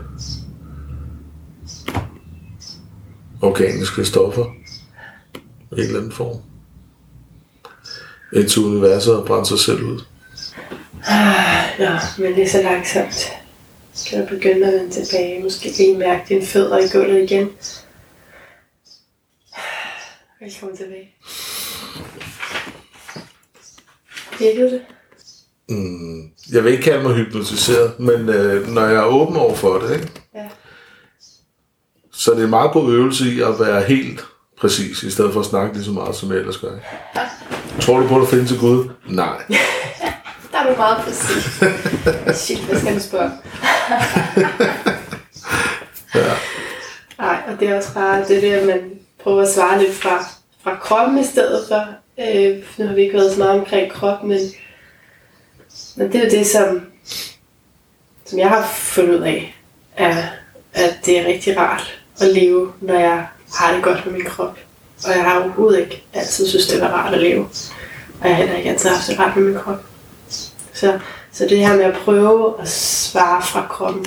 organiske stoffer. I en eller anden form. Indtil universet brænder sig selv ud. Ah, ja, men lige så langsomt kan du begynde at vende tilbage. Måske lige mærke dine fødder i gulvet igen. Velkommen tilbage. Virkede det? Mm, jeg vil ikke kalde mig hypnotiseret, men øh, når jeg er åben over for det, ikke? Ja. Så det er en meget god øvelse i at være helt præcis, i stedet for at snakke lige så meget, som jeg ellers gør. Ja. Tror du på, at der findes en Gud? Nej. Der er du meget præcis. Shit, hvad skal du spørge? Ja. Nej, og det er også bare det der, man prøver at svare lidt fra, fra kroppen i stedet for. Øh, nu har vi ikke været så meget omkring krop, men, men det er jo det, som, som jeg har fundet ud af, er, at det er rigtig rart at leve, når jeg har det godt med min krop. Og jeg har overhovedet ikke altid synes, det var rart at leve. Og jeg har heller ikke altid haft det rart med min krop. Så, så det her med at prøve at svare fra kroppen,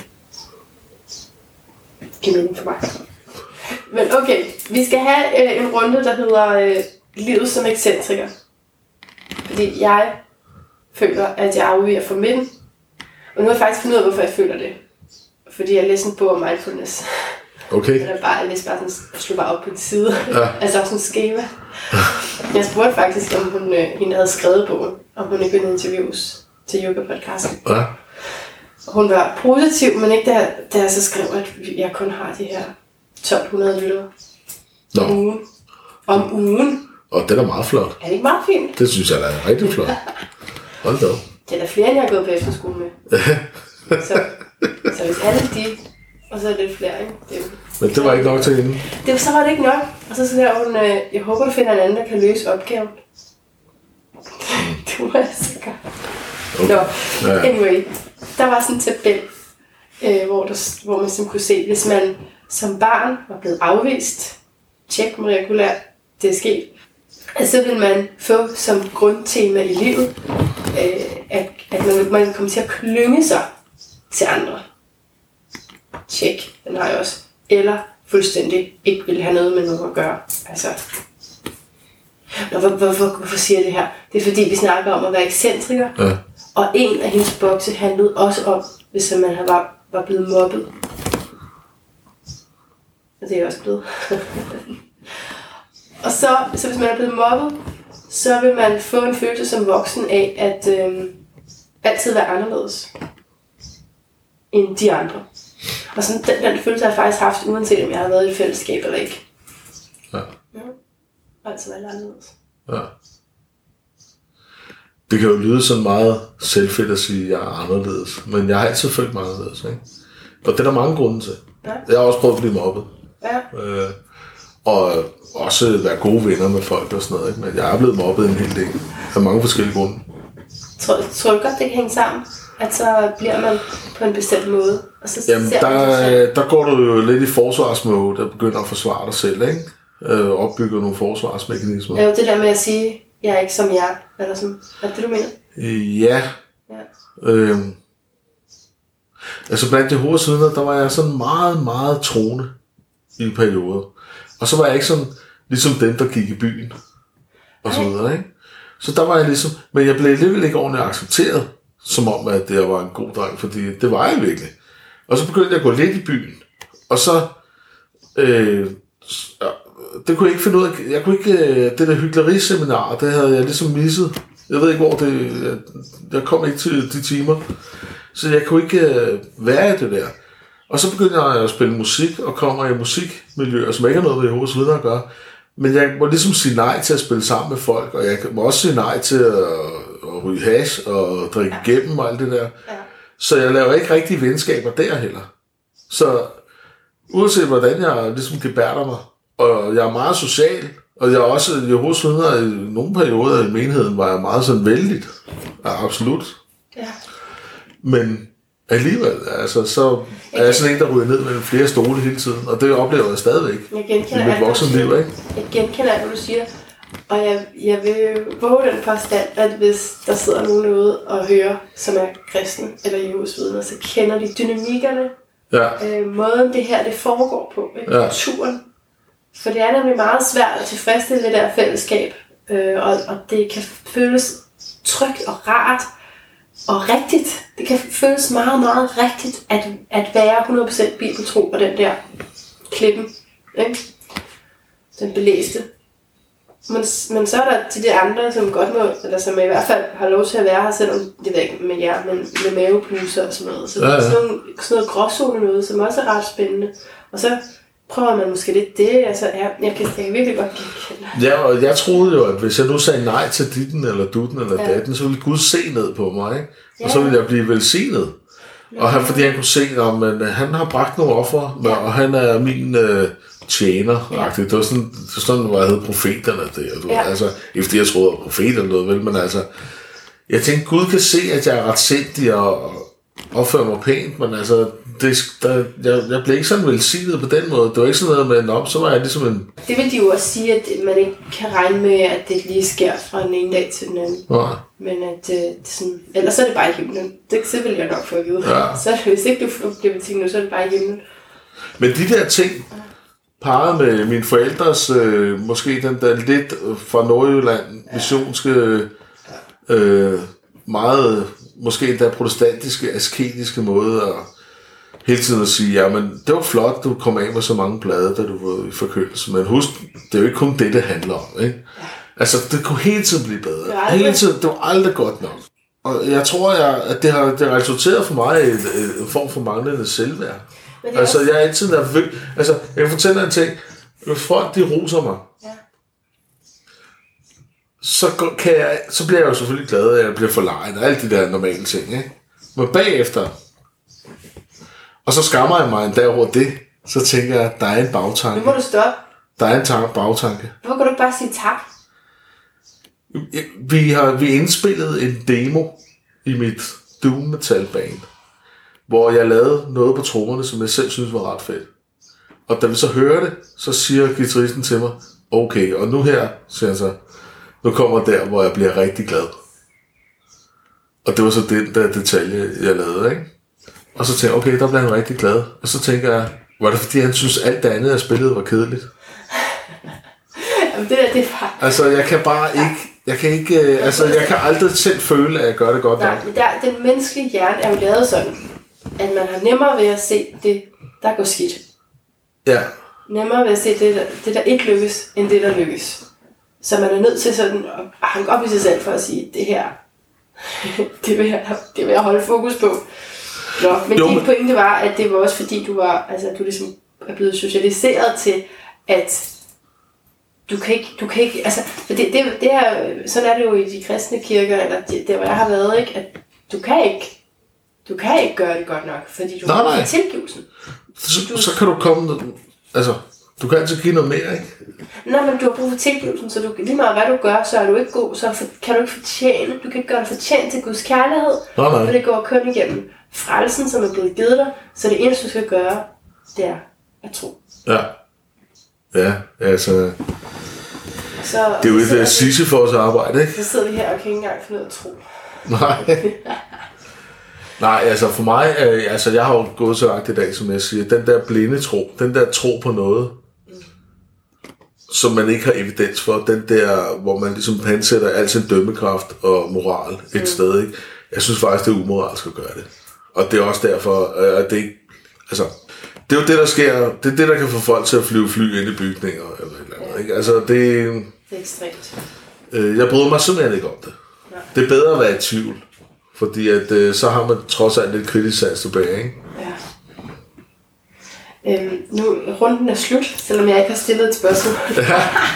giver mening for mig. Men okay, vi skal have øh, en runde, der hedder øh, livet som ekscentriker. Fordi jeg føler, at jeg afviger fra midten. Og nu har jeg faktisk fundet ud af, hvorfor jeg føler det. Fordi jeg læste en bog om mindfulness. Okay. Eller bare, jeg læste bare sådan, slog bare op på en side. Ja. Altså også sådan en skema. Jeg spurgte faktisk, om hun, øh, hende havde skrevet bogen, om hun ikke ville interviews til yoga-podcasten. Ja. Hun var positiv, men ikke da, da jeg så skrev, at jeg kun har de her tolv hundrede lyttere om ugen. Om ugen. Og det er da meget flot. Er det ikke meget fint? Det synes jeg da er rigtig flot. Hold da op. Det er da flere, end jeg har gået på efterskole med. så, så hvis alle de, og så er det flere, ikke? Det er, men det var ikke nok til hende. Det, så var det ikke nok. Og så siger hun, øh, jeg håber, du finder en anden, der kan løse opgaven. Det var så godt. Okay. Nå, ja. Anyway, der var sådan en tabel, øh, hvor, der, hvor man sådan kunne se, hvis man som barn var blevet afvist, tjek molekylær, det er sket, så vil man få som grundtema i livet, øh, at, at man, man kommer til at klynge sig til andre. Tjek, den har jeg også. Eller fuldstændig ikke vil have noget med nogen at gøre. Altså, Nå, hvor, hvorfor, hvorfor siger jeg det her? Det er fordi, vi snakker om at være ekscentriker. Ja. Og en af hendes bokse handlede også om, hvis man var, var blevet mobbet. Og det er jeg også blevet. Og så, så hvis man er blevet mobbet, så vil man få en følelse som voksen af, at øh, altid være anderledes end de andre. Og sådan, den, den følelse har jeg faktisk haft, uanset om jeg har været i et fællesskab eller ikke. Ja. Ja. Altid være anderledes. Ja. Det kan jo lyde sådan meget selvfedt at sige, at jeg er anderledes. Men jeg har altid følt mig anderledes, ikke? Og det er der mange grunde til. Ja. Jeg har også prøvet at blive mobbet. Ja. Øh, og også være gode venner med folk og sådan noget, ikke? Men jeg er blevet mobbet en hel del. Af mange forskellige grunde. Tror, tror du godt, det kan hænge sammen? At så bliver man på en bestemt måde? Og så Jamen, ser der, der går du jo lidt i forsvarsmode, der begynder at forsvare dig selv, ikke? Øh, opbygger nogle forsvarsmekanismer. Ja, jo det der med at sige, jeg er ikke som jeg, eller sådan. Er det det, du mener? Ja. Ja. Øh, altså blandt de hovedsvidner, der var jeg sådan meget, meget troende i perioder. Og så var jeg ikke sådan, ligesom dem, der gik i byen. Og så videre, ikke? Så der var jeg ligesom, men jeg blev alligevel ikke ordentligt accepteret, som om, at jeg var en god dreng, fordi det var jeg virkelig. Og så begyndte jeg at gå lidt i byen. Og så, øh, det kunne jeg ikke finde ud af, jeg kunne ikke, det der hykleriseminar, det havde jeg ligesom misset. Jeg ved ikke, hvor det, jeg, jeg kom ikke til de timer. Så jeg kunne ikke være i det der. Og så begyndte jeg at spille musik, og kommer i musikmiljøer, som ikke har noget med Jehovas vidner at gøre. Men jeg må ligesom sige nej til at spille sammen med folk, og jeg må også sige nej til at, at ryge hash og drikke ja. Gennem og alt det der. Ja. Så jeg laver ikke rigtige venskaber der heller. Så uanset hvordan jeg ligesom gebærder mig, og jeg er meget social, og jeg er også Jehovas vidner i nogle perioder i menigheden, var jeg meget sådan vældigt. Ja, absolut. Ja. Men alligevel, altså, så er jeg sådan en, der ryger ned mellem flere stole hele tiden, og det oplever jeg stadigvæk jeg genkender i mit voksenliv, ikke? Jeg genkender alt, hvad du siger, og jeg, jeg vil våge den påstand, at hvis der sidder nogen derude og hører, som er kristne eller Jehovas vidner, så kender de dynamikkerne, ja. øh, måden det her det foregår på, ikke? Ja. Kulturen. For det er nemlig meget svært at tilfredsstille det der fællesskab, øh, og, og det kan føles trygt og rart, og rigtigt. Det kan føles meget, meget rigtigt at, at være hundrede procent bibeltro på den der klippen. Ikke? Den belæste. Men, men så er der til de andre, som godt må, eller som i hvert fald har lov til at være her, selvom det ved ikke med jer, men med mavepuser og sådan noget. Så ja, ja. Sådan, noget, sådan noget gråzone noget, som også er ret spændende. Og så prøver man måske lidt det, altså jeg, jeg kan jeg virkelig godt genkende. Ja, og jeg troede jo, at hvis jeg nu sagde nej til ditten, eller dutten, eller ja. Datten, så ville Gud se ned på mig, ikke? Og ja. Så ville jeg blive velsignet. Ja. Og han, fordi han kunne se, at han har bragt nogle ofre, ja. Og han er min øh, tjener. Ja. Det var sådan, sådan hvor jeg hed profeterne der. Du, ja. Altså, ikke fordi jeg troede, at profeter eller noget, vel, men altså, jeg tænkte, Gud kan se, at jeg er retsindig og opfører mig pænt, men altså, det, der, jeg, jeg blev ikke sådan velsignet på den måde. Det var ikke sådan noget med en op, så var jeg ligesom en... Det vil de jo også sige, at man ikke kan regne med, at det lige sker fra den ene dag til den anden. Nej. Men at det sådan... Ellers så er det bare i himlen. Det så vil jeg nok få at vide. Ja. Så hvis ikke du bliver velsignet nu, så er det bare i himlen. Men de der ting, parret med mine forældres, øh, måske den der lidt fra Nordjylland, missionske, øh, meget... måske der protestantiske, asketiske måde at hele tiden at sige, ja, men det var flot, du kom af med så mange blade, da du var i forkyndelse, men husk, det er jo ikke kun det, det handler om, ikke? Ja. Altså, det kunne hele tiden blive bedre. Det aldrig... Hele tiden, det var aldrig godt nok. Og jeg tror, jeg, at det har, det har resulteret for mig i en, en form for manglende selvværd. Altså, også... jeg er altid nervøs. Altså, jeg kan fortælle dig en ting. Hvis folk, de roser mig, ja. Så, kan jeg, så bliver jeg jo selvfølgelig glad, at jeg bliver forlejet og alle de der normale ting, ikke? Men bagefter, og så skammer jeg mig en dag over det, så tænker jeg, at der er en bagtanke. Nu må du stoppe. Der er en tanke, bagtanke. Hvorfor kan du ikke bare sige tak? Vi har vi indspillet en demo i mit doom metal band, hvor jeg lavede noget på trommerne, som jeg selv synes var ret fedt. Og da vi så hører det, så siger guitaristen til mig, okay, og nu her, siger han så, nu kommer der, hvor jeg bliver rigtig glad. Og det var så den der detalje, jeg lavede, ikke? Og så tænker jeg, okay, der bliver han rigtig glad. Og så tænker jeg, var det fordi, han synes, alt det andet af spillet var kedeligt? Jamen, det der, det er Altså, jeg kan bare ikke... Jeg kan ikke... Øh, altså, jeg kan aldrig selv føle, at jeg gør det godt nok. Nej, men der, den menneskelige hjerne er jo lavet sådan, at man har nemmere ved at se det, der går skidt. Ja. Nemmere ved at se det, der, det, der ikke lykkes, end det, der lykkes. Så man er nødt til sådan at hanke op i sig selv for at sige, det her, det vil jeg, det vil jeg holde fokus på. Nå, men jo, din men... pointe var, at det var også fordi, du var, altså, du ligesom er blevet socialiseret til, at du kan ikke, du kan ikke, altså, det, det, det er, sådan er det jo i de kristne kirker, eller det, der hvor jeg har været, ikke, at du kan ikke, du kan ikke gøre det godt nok, fordi du nej, har nej. tilgivelsen. Så, du, så kan du komme, altså, du kan altid give noget mere, ikke? Nej, men du har brug for tilgivelsen, så du, lige meget hvad du gør, så er du ikke god, så kan du ikke fortjene, du kan ikke gøre dig fortjent til Guds kærlighed, nej, nej. for det går kun igennem frelsen, som er blevet givet dig, så det eneste, du skal gøre, det er at tro. Ja. Ja, altså... Så, det er jo et Sisyfos arbejde, ikke? Så sidder vi her og kan ikke engang finde ud af at tro. Nej. Nej, altså for mig, øh, altså jeg har jo gået så langt i dag, som jeg siger, den der blinde tro, den der tro på noget, mm. som man ikke har evidens for, den der, hvor man ligesom pansætter al sin dømmekraft og moral et mm. sted, ikke? Jeg synes faktisk, det er umoralsk at gøre det. Og det er også derfor, at det ikke, altså, det er jo det, der sker, det er det, der kan få folk til at flyve fly ind i bygninger, eller et eller andet, ikke? Altså, det, det er ekstremt. Øh, jeg bryder mig simpelthen ikke om det. Nej. Det er bedre at være i tvivl, fordi at, øh, så har man trods alt lidt kritisk sans tilbage, ikke? Ja. Øhm, nu, runden er slut, selvom jeg ikke har stillet et spørgsmål. Ja.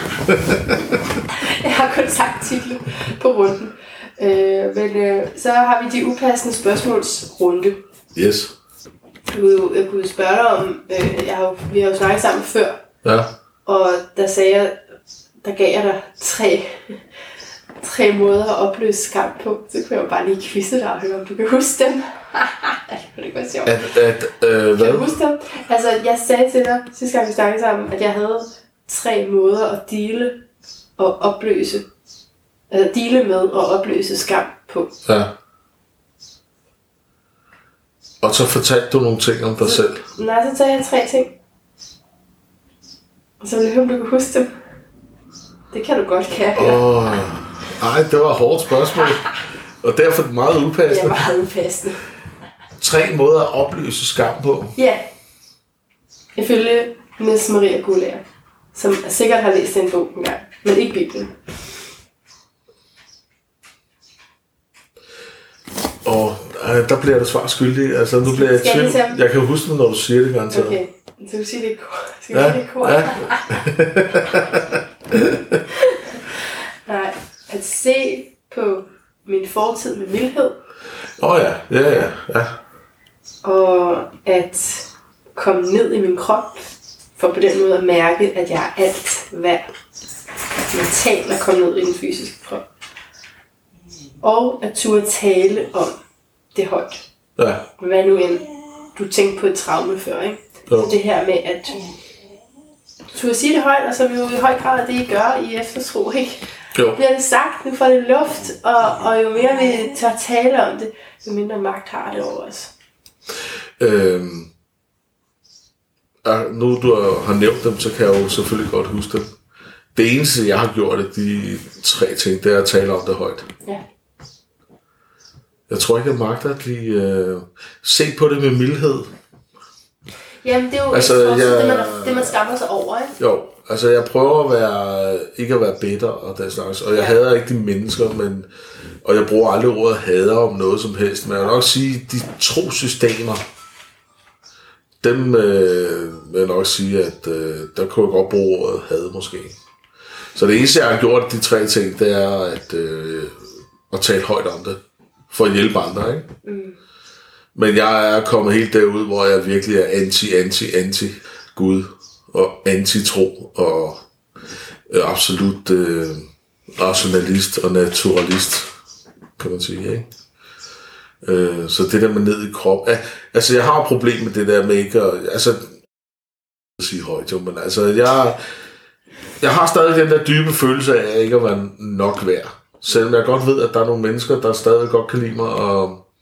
Jeg har kun sagt titlen på runden. Øh, men øh, så har vi de upassende spørgsmålsrunde. Yes. Jeg kunne jo jeg kunne spørge dig om, øh, jeg har jo, vi har jo snakket sammen før, ja. Og der sagde jeg, der gav jeg dig tre, tre måder at opløse skam på. Så kunne jeg jo bare lige quizze dig og høre, om du kan huske dem. Det kunne ikke være sjovt. At, at, øh, kan du huske dem? Altså, jeg sagde til dig, sidste gang vi snakkede sammen, at jeg havde tre måder at dele og opløse, altså dele med og opløse skam på. Ja. Og så fortalte du nogle ting om dig så, selv? Nej, så sagde jeg tre ting. Og så ville jeg høre, om du kan huske dem. Det kan du godt, kan jeg høre. Åh, nej, det var et hårdt spørgsmål. Og derfor meget upassende. Ja, meget upassende. Tre måder at opløse skam på? Ja. Ifølge Miss Maria Gulager, som sikkert har læst en bog engang, men ikke Bibelen. Og øh, der bliver du svar skyldig. Altså, nu bliver jeg i tvivl. Jeg kan huske det, når du siger det, garanteret. Okay, så du siger det i kort. Skal ja, sige det i kort? Ja. Nej, at se på min fortid med mildhed. Åh oh, ja, ja, ja, ja. Og at komme ned i min krop, for på den måde at mærke, at jeg er alt værd. Mentalt at komme ned i den fysiske krop. Og at turde tale om det højt. Ja. Hvad nu end du tænkte på et traume før, ikke? Jo. Så det her med at turde sige det højt, og så vil jo i høj grad det, I gør i eftertro, ikke? Jo. Bliver det sagt, nu får det luft, og, og jo mere vi tør tale om det, jo mindre magt har det over os. Øhm, ja, nu du har nævnt dem, så kan jeg jo selvfølgelig godt huske dem. Det eneste, jeg har gjort af de tre ting, det er at tale om det højt. Ja. Jeg tror ikke, jeg magter at blive øh, se på det med mildhed. Jamen, det er jo altså, jeg, det, man, det, man skammer sig over, ikke? Jo, altså jeg prøver at være, ikke at være bitter og den slags, og jeg ja. hader ikke de mennesker, men, og jeg bruger aldrig ordet hader om noget som helst, men jeg vil nok sige, de trosystemer, dem øh, vil jeg nok sige, at øh, der kunne jeg godt bruge ordet had måske. Så det eneste, jeg har gjort de tre ting, det er at, øh, at tale højt om det, for at hjælpe andre, ikke? Mm. Men jeg er kommet helt derud, hvor jeg virkelig er anti, anti, anti Gud og anti-tro og øh, absolut øh, rationalist og naturalist, kan man sige, ikke? Øh, så det der med ned i krop, altså jeg har et problem med det der med ikke at, altså, at sige højt, jo, men altså jeg, jeg har stadig den der dybe følelse af ikke at være nok værd. Selvom jeg godt ved, at der er nogle mennesker, der stadig godt kan lide mig, og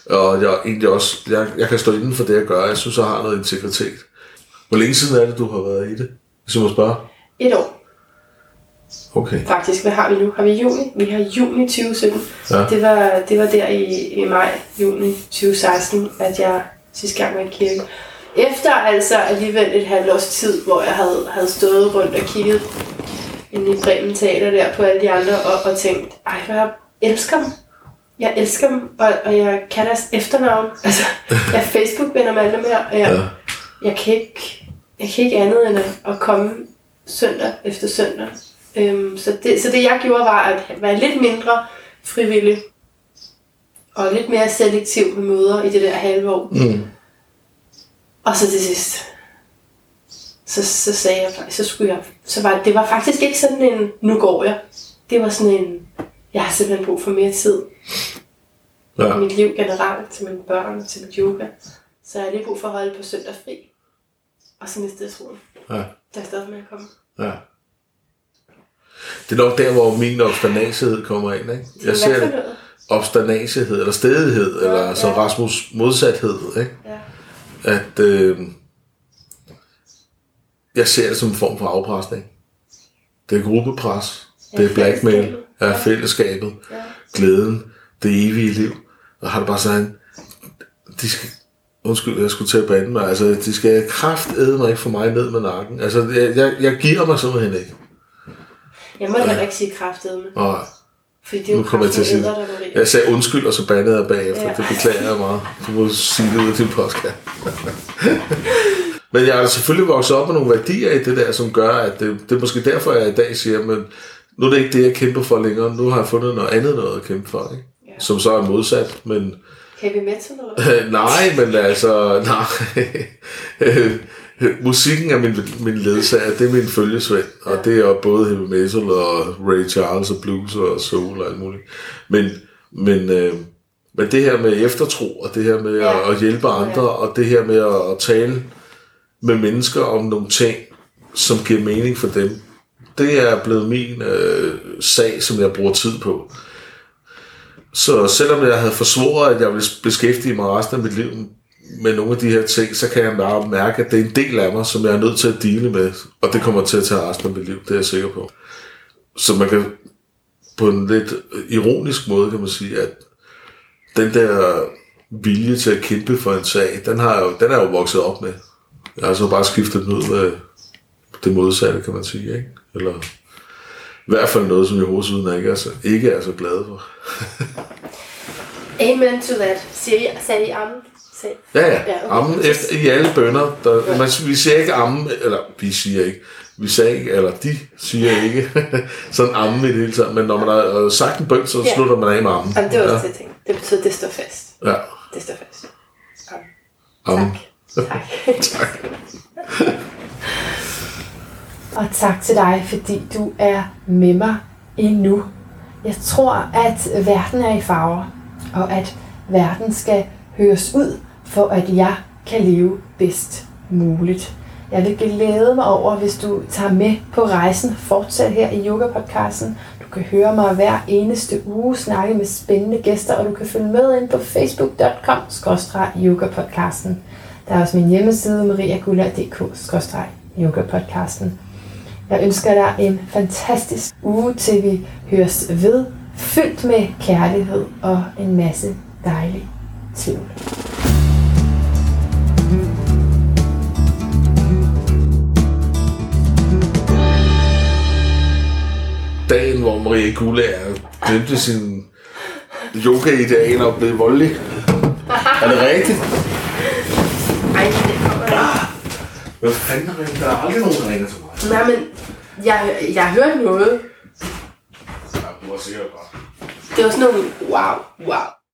Og jeg, egentlig også, jeg, jeg kan stå inden for det, jeg gør. Jeg synes, jeg har noget integritet. Hvor længe siden er det, du har været i det? Hvis jeg må spørge. Et år. Okay. Faktisk, hvad har vi nu? Har vi juni? Vi har juni tyve sytten. Ja. Det, var, det var der i, i maj, juni tyve seksten, at jeg sidste gang var i kirke. Efter altså alligevel et halvt års tid, hvor jeg havde, havde stået rundt og kigget inde i Bremen Teater der på alle de andre, og, og tænkt, ej, jeg elsker dem. Jeg elsker dem, og, og jeg kan deres efternavn. Altså, jeg er Facebook-venner med alle dem her, og jeg, ja. jeg, kan ikke, jeg kan ikke andet end at, at komme søndag efter søndag. Øhm, så, det, så det jeg gjorde var at være lidt mindre frivillig, og lidt mere selektiv med møder i det der halve år. Mm. Og så til sidst, så, så sagde jeg faktisk, så skulle jeg, så var det var faktisk ikke sådan en, nu går jeg. Det var sådan en, jeg har simpelthen brug for mere tid. Ja. I mit liv generelt, til mine børn, til mit yoga. Så jeg har lige brug for at holde på søndag fri. Og så mistede jeg troen. Ja. Der er stadig med at komme. Ja. Det er nok der, hvor min obsternagighed kommer ind, ikke? Jeg ser det. Obsternagighed, eller stedighed, ja, eller så ja. Rasmus modsathed, ikke? Ja. At øh, jeg ser det som en form for afpresning. Det er gruppepres, ja, det er blackmail, ja, fællesskabet, ja. Glæden, det evige liv. Og har det bare sådan, de skal, undskyld, jeg skulle til at bande mig, altså de skal kraftedme mig ikke få mig ned med nakken. Altså jeg, jeg, jeg giver mig simpelthen ikke. Jeg må da ja. ikke sige kraftedme. Nej. Fordi det er jo kraften æder, der var rigtig. Jeg sagde undskyld, og så bandede jeg bagefter. Ja. Det beklager jeg meget. Du må sige det ud af din podcast. Men jeg har selvfølgelig vokset op med nogle værdier i det der, som gør, at det, det er måske derfor, jeg i dag siger, men nu er det ikke det, jeg kæmper for længere. Nu har jeg fundet noget andet noget at kæmpe for, ikke? Ja. Som så er modsat, men... Heavy metal, eller nej, men altså... Nej. Musikken er min, min ledsager, det er min følgesvend, og ja. Det er både heavy metal og Ray Charles og blues og soul og alt muligt. Men, men, øh, men det her med eftertro, og det her med ja. at, at hjælpe andre, ja. Og det her med at, at tale med mennesker om nogle ting, som giver mening for dem, det er blevet min øh, sag, som jeg bruger tid på. Så selvom jeg havde forsvoret, at jeg ville beskæftige mig resten af mit liv med nogle af de her ting, så kan jeg bare mærke, at det er en del af mig, som jeg er nødt til at dele med, og det kommer til at tage resten af mit liv, det er jeg sikker på. Så man kan på en lidt ironisk måde, kan man sige, at den der vilje til at kæmpe for en sag, den, har jo, den er jo vokset op med. Jeg har så bare skiftet den ud med det modsatte, kan man sige, ikke? Eller i hvert fald noget, som jeg hovedsiden ikke er så, ikke er så glad for. Amen to that. Siger I, sagde I amen? Ja, ja. ja okay. Ammen efter, i alle bønner. Der, ja. man, vi siger ikke ammen, eller vi siger ikke, vi sagde ikke, eller de siger ikke sådan ammen i det hele taget, men når man har sagt en bøn, så ja. slutter man af med ammen. Jamen, det var også ja. det ting. Det betyder, det står fast. Ja. Det står fast. Amen. Tak. Tak. tak. Og tak til dig, fordi du er med mig endnu. Jeg tror, at verden er i farver, og at verden skal høres ud, for at jeg kan leve bedst muligt. Jeg vil glæde mig over, hvis du tager med på rejsen, fortsat her i Yoga-podcasten. Du kan høre mig hver eneste uge, snakke med spændende gæster, og du kan følge med ind på facebook punktum com skråstreg yoga-podcasten. Der er også min hjemmeside, mariagulla punktum dk skråstreg yoga-podcasten. Jeg ønsker dig en fantastisk uge, til vi høres ved, fyldt med kærlighed og en masse dejlig tvivl. Dagen, hvor Maria Gullager glemte sin yoga-idealer og blev voldelig. Er det rigtigt? Ej, det kommer ikke. Hvad fanden er det? Der er aldrig nogen, der ringer til mig. Nej, men jeg, jeg har hørt noget. Ja, du var sikkert bare. Det var sådan nogle wow, wow.